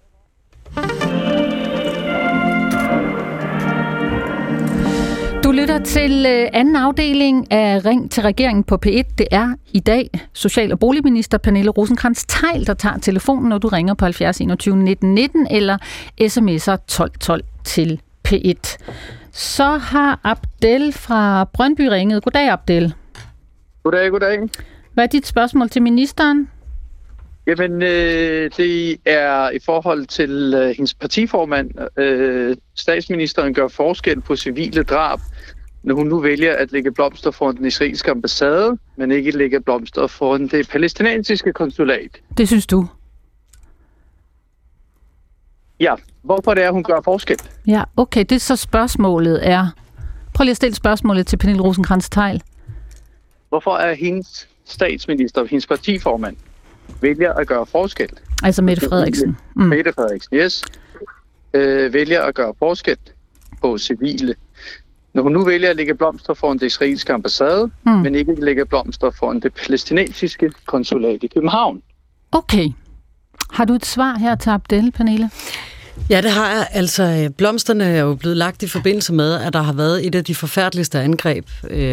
[SPEAKER 3] Du lytter lytter til anden afdeling af Ring til regeringen på P1. Det er i dag social- og boligminister Pernille Rosenkrantz-Theil, der tager telefonen, når du ringer på 70 21 19 19 eller sms'er 12 12 til P1. Så har Abdel fra Brøndby ringet. Goddag, Abdel.
[SPEAKER 12] Goddag.
[SPEAKER 3] Hvad er dit spørgsmål til ministeren?
[SPEAKER 12] Jamen, det er i forhold til hendes partiformand. Statsministeren gør forskel på civile drab, når hun nu vælger at lægge blomster foran den israelske ambassade, men ikke lægge blomster foran det palæstinensiske konsulat.
[SPEAKER 3] Det synes du?
[SPEAKER 12] Ja, hvorfor det er, hun gør forskel?
[SPEAKER 3] Ja, okay, det så spørgsmålet er... Prøv lige at stille spørgsmålet til Pernille Rosenkrantz-Theil.
[SPEAKER 12] Hvorfor er hendes statsminister, hendes partiformand, vælger at gøre forskel?
[SPEAKER 3] Altså Mette Frederiksen.
[SPEAKER 12] Mette Frederiksen, yes. Vælger at gøre forskel på civile. Når hun nu vælger at lægge blomster foran det israelske ambassade, men ikke lægge blomster foran det palæstinensiske konsulat i København.
[SPEAKER 3] Okay. Har du et svar her til Abdel, Pernille?
[SPEAKER 2] Ja, det har jeg. Altså, blomsterne er jo blevet lagt i forbindelse med, at der har været et af de forfærdeligste angreb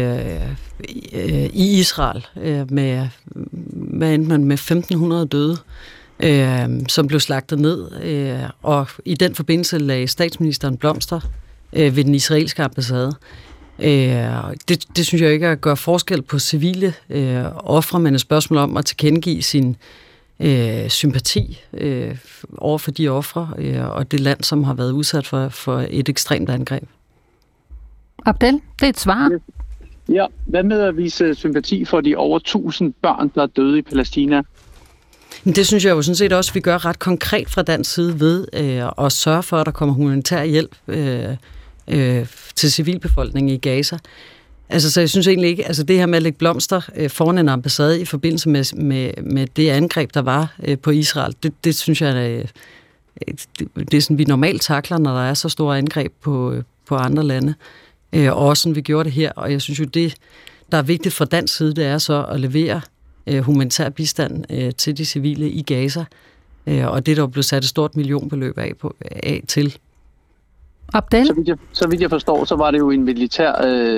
[SPEAKER 2] i Israel, med 1.500 døde, som blev slagtet ned. Og i den forbindelse lagde statsministeren blomster ved den israelske ambassade. Det synes jeg ikke er at gøre forskel på civile ofre, men et spørgsmål om at tilkendegive sin sympati over for de ofre og det land, som har været udsat for et ekstremt angreb.
[SPEAKER 3] Abdel, det er et svar.
[SPEAKER 12] Ja, hvad med at vise sympati for de over 1000 børn, der er døde i Palæstina?
[SPEAKER 2] Det synes jeg jo sådan set også, vi gør ret konkret fra dansk side ved at sørge for, at der kommer humanitær hjælp til civilbefolkningen i Gaza. Altså, så jeg synes egentlig ikke, altså det her med at lægge blomster foran en ambassade i forbindelse med det angreb, der var på Israel, det synes jeg, det er sådan, vi normalt takler, når der er så store angreb på andre lande. Og også sådan, vi gjorde det her, og jeg synes jo, det, der er vigtigt fra dansk side, det er så at levere humanitær bistand til de civile i Gaza, og det der blev sat et stort millionbeløb af til.
[SPEAKER 3] Abdel?
[SPEAKER 12] Så vidt jeg forstår, så var det jo en militær,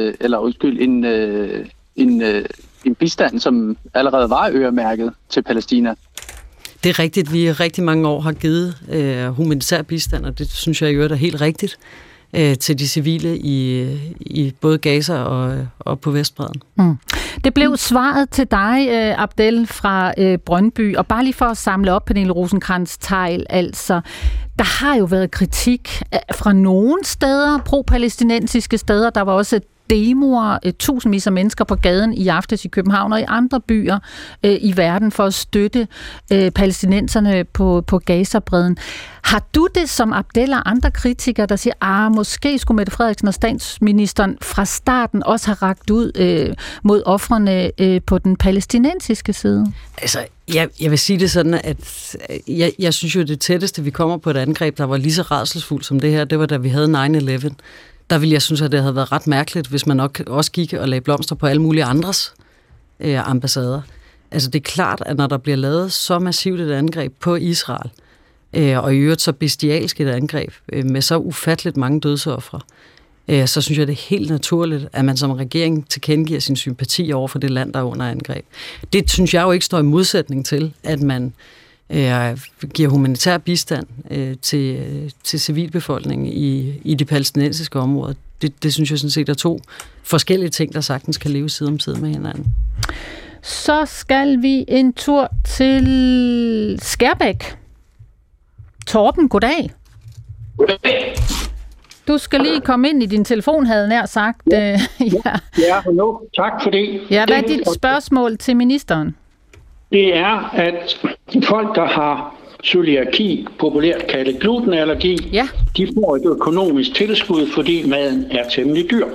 [SPEAKER 12] en bistand, som allerede var øremærket til Palæstina.
[SPEAKER 2] Det er rigtigt. Vi i rigtig mange år har givet humanitær bistand, og det synes jeg i øvrigt er helt rigtigt, til de civile i både Gaza og på Vestbredden.
[SPEAKER 3] Det blev svaret til dig, Abdel fra Brøndby, og bare lige for at samle op, Pernille Rosenkrantz-Theil, altså, der har jo været kritik fra nogle steder, pro-palæstinensiske steder, der var også demoer, tusindvis af mennesker på gaden i aftes i København og i andre byer i verden for at støtte palæstinenserne på Gazabredden. Har du det som Abdel og andre kritikere, der siger, måske skulle Mette Frederiksen og statsministeren fra starten også have rakt ud mod ofrene på den palæstinensiske side? Altså,
[SPEAKER 2] jeg vil sige det sådan, at jeg synes jo, det tætteste, vi kommer på et angreb, der var lige så rædselsfuldt som det her, det var da vi havde 9/11. Der ville jeg synes, at det havde været ret mærkeligt, hvis man nok også gik og lagde blomster på alle mulige andres ambassader. Altså det er klart, at når der bliver lavet så massivt et angreb på Israel, og i øvrigt så bestialsk et angreb, med så ufatteligt mange dødsofre, så synes jeg, det er helt naturligt, at man som regering tilkendegiver sin sympati over for det land, der er under angreb. Det synes jeg jo ikke står i modsætning til, at man giver humanitær bistand til civilbefolkningen i de palæstinensiske områder. Det synes jeg sådan set er to forskellige ting, der sagtens kan leve side om side med hinanden.
[SPEAKER 3] Så skal vi en tur til Skærbæk. Torben, goddag.
[SPEAKER 13] Goddag.
[SPEAKER 3] Du skal lige komme ind i din telefon, havde nær sagt.
[SPEAKER 13] Ja, hallo. Tak for det.
[SPEAKER 3] Ja, hvad er dit spørgsmål til ministeren?
[SPEAKER 13] Det er, at folk, der har cøliaki, populært kaldet glutenallergi, de får et økonomisk tilskud, fordi maden er temmelig dyr.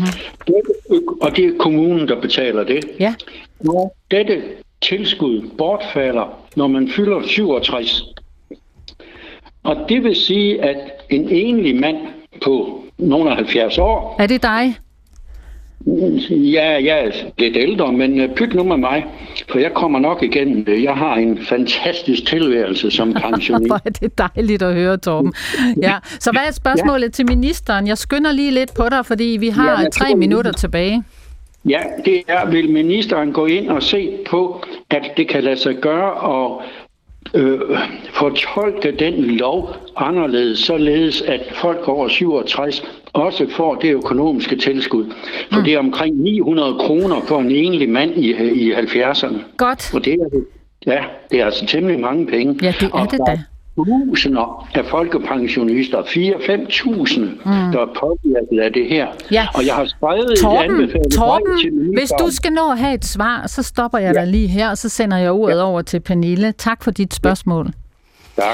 [SPEAKER 13] Og det er kommunen, der betaler det.
[SPEAKER 3] Ja.
[SPEAKER 13] Når dette tilskud bortfalder, når man fylder 67. Og det vil sige, at en enlig mand på nogle 70 år...
[SPEAKER 3] Er det dig?
[SPEAKER 13] Ja, jeg er lidt ældre, men pyt nu med mig, for jeg kommer nok igennem det. Jeg har en fantastisk tilværelse som pensionist.
[SPEAKER 3] Hvor er det dejligt at høre, Torben. Ja. Så hvad er spørgsmålet til ministeren? Jeg skynder lige lidt på dig, fordi vi har 3 minutter tilbage.
[SPEAKER 13] Ja, det er, vil ministeren gå ind og se på, at det kan lade sig gøre og fortolke den lov anderledes, således at folk over 67 også får det økonomiske tilskud. For det er omkring 900 kroner for en enlig mand i 70'erne.
[SPEAKER 3] Godt.
[SPEAKER 13] Og det er altså temmelig mange penge.
[SPEAKER 3] Ja, det er det da.
[SPEAKER 13] Tusinder af folkepensionister, 4-5.000, der er påvirket af det her.
[SPEAKER 3] Ja.
[SPEAKER 13] Og jeg har skrevet
[SPEAKER 3] Torben, hvis du skal nå at have et svar, så stopper jeg dig lige her, og så sender jeg ordet over til Pernille. Tak for dit spørgsmål.
[SPEAKER 13] Tak.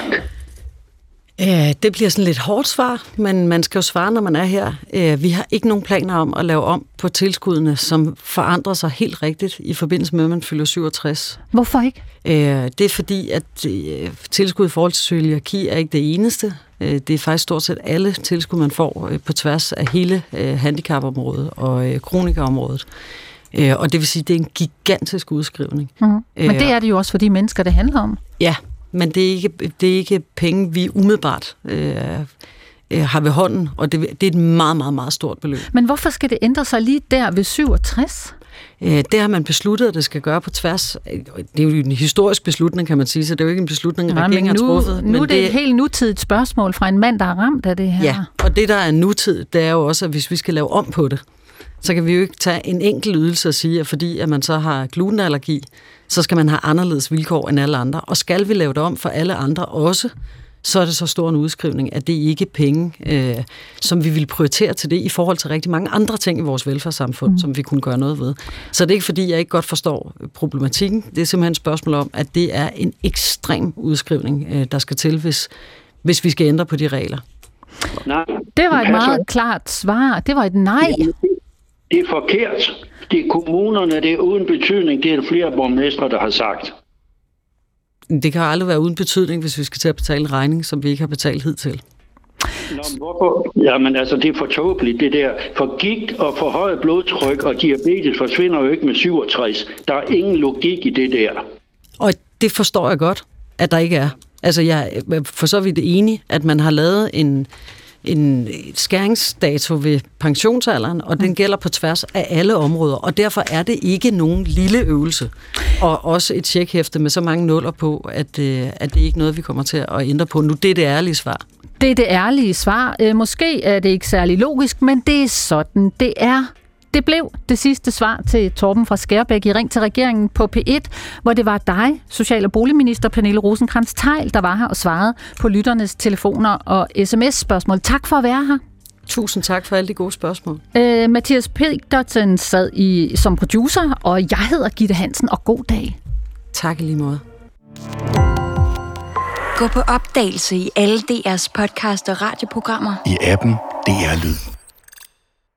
[SPEAKER 2] Det bliver sådan lidt hårdt svar, men man skal jo svare, når man er her. Vi har ikke nogen planer om at lave om på tilskuddene, som forandrer sig helt rigtigt i forbindelse med, at man fylder 67.
[SPEAKER 3] Hvorfor ikke?
[SPEAKER 2] Det er fordi, at tilskud i forhold til cøliaki er ikke det eneste. Det er faktisk stort set alle tilskud, man får på tværs af hele handicapområdet og kronikerområdet. Og det vil sige, at det er en gigantisk udskrivning.
[SPEAKER 3] Men det er det jo også for de mennesker, det handler om.
[SPEAKER 2] Ja, men det er ikke penge, vi umiddelbart har ved hånden, og det er et meget, meget, meget stort beløb.
[SPEAKER 3] Men hvorfor skal det ændre sig lige der ved 67?
[SPEAKER 2] Det har man besluttet, at det skal gøre på tværs. Det er jo en historisk beslutning, kan man sige, så det er jo ikke en beslutning, regeringen har truffet.
[SPEAKER 3] Nu er det et helt nutidigt spørgsmål fra en mand, der er ramt af det her.
[SPEAKER 2] Ja, og det, der er nutid, det er jo også, at hvis vi skal lave om på det, så kan vi jo ikke tage en enkelt ydelse og sige, at fordi at man så har glutenallergi, så skal man have anderledes vilkår end alle andre. Og skal vi lave det om for alle andre også, så er det så stor en udskrivning, at det ikke er penge, som vi vil prioritere til det i forhold til rigtig mange andre ting i vores velfærdssamfund, som vi kunne gøre noget ved. Så det er ikke fordi, jeg ikke godt forstår problematikken. Det er simpelthen et spørgsmål om, at det er en ekstrem udskrivning, der skal til, hvis vi skal ændre på de regler.
[SPEAKER 13] Nej.
[SPEAKER 3] Det var et meget klart svar. Det var et nej.
[SPEAKER 13] Det er forkert. Det er kommunerne, det er uden betydning. Det er flere borgmestre, der har sagt.
[SPEAKER 2] Det kan aldrig være uden betydning, hvis vi skal til at betale en regning, som vi ikke har betalt hidtil.
[SPEAKER 13] Hvorfor? Jamen altså, det er for tåbeligt, det der. For gigt og for højt blodtryk og diabetes forsvinder jo ikke med 67. Der er ingen logik i det der.
[SPEAKER 2] Og det forstår jeg godt, at der ikke er. Altså, jeg er for så vidt enig, at man har lavet en skæringsdato ved pensionsalderen, og den gælder på tværs af alle områder, og derfor er det ikke nogen lille øvelse, og også et tjekhæfte med så mange nuller på, at det er ikke noget, vi kommer til at ændre på nu. Det er det ærlige svar.
[SPEAKER 3] Det er det ærlige svar. Måske er det ikke særlig logisk, men det er sådan, det er. Det blev det sidste svar til Torben fra Skærbæk i Ring til regeringen på P1, hvor det var dig, social- og boligminister Pernille Rosenkrantz-Theil, der var her og svarede på lytternes telefoner og sms-spørgsmål. Tak for at være her.
[SPEAKER 2] Tusind tak for alle de gode spørgsmål.
[SPEAKER 3] Mathias Petersen sad som producer, og jeg hedder Gitte Hansen, og god dag.
[SPEAKER 2] Tak i lige måde.
[SPEAKER 14] Gå på opdagelse i alle DR's podcast og radioprogrammer.
[SPEAKER 15] I appen DR Lyd.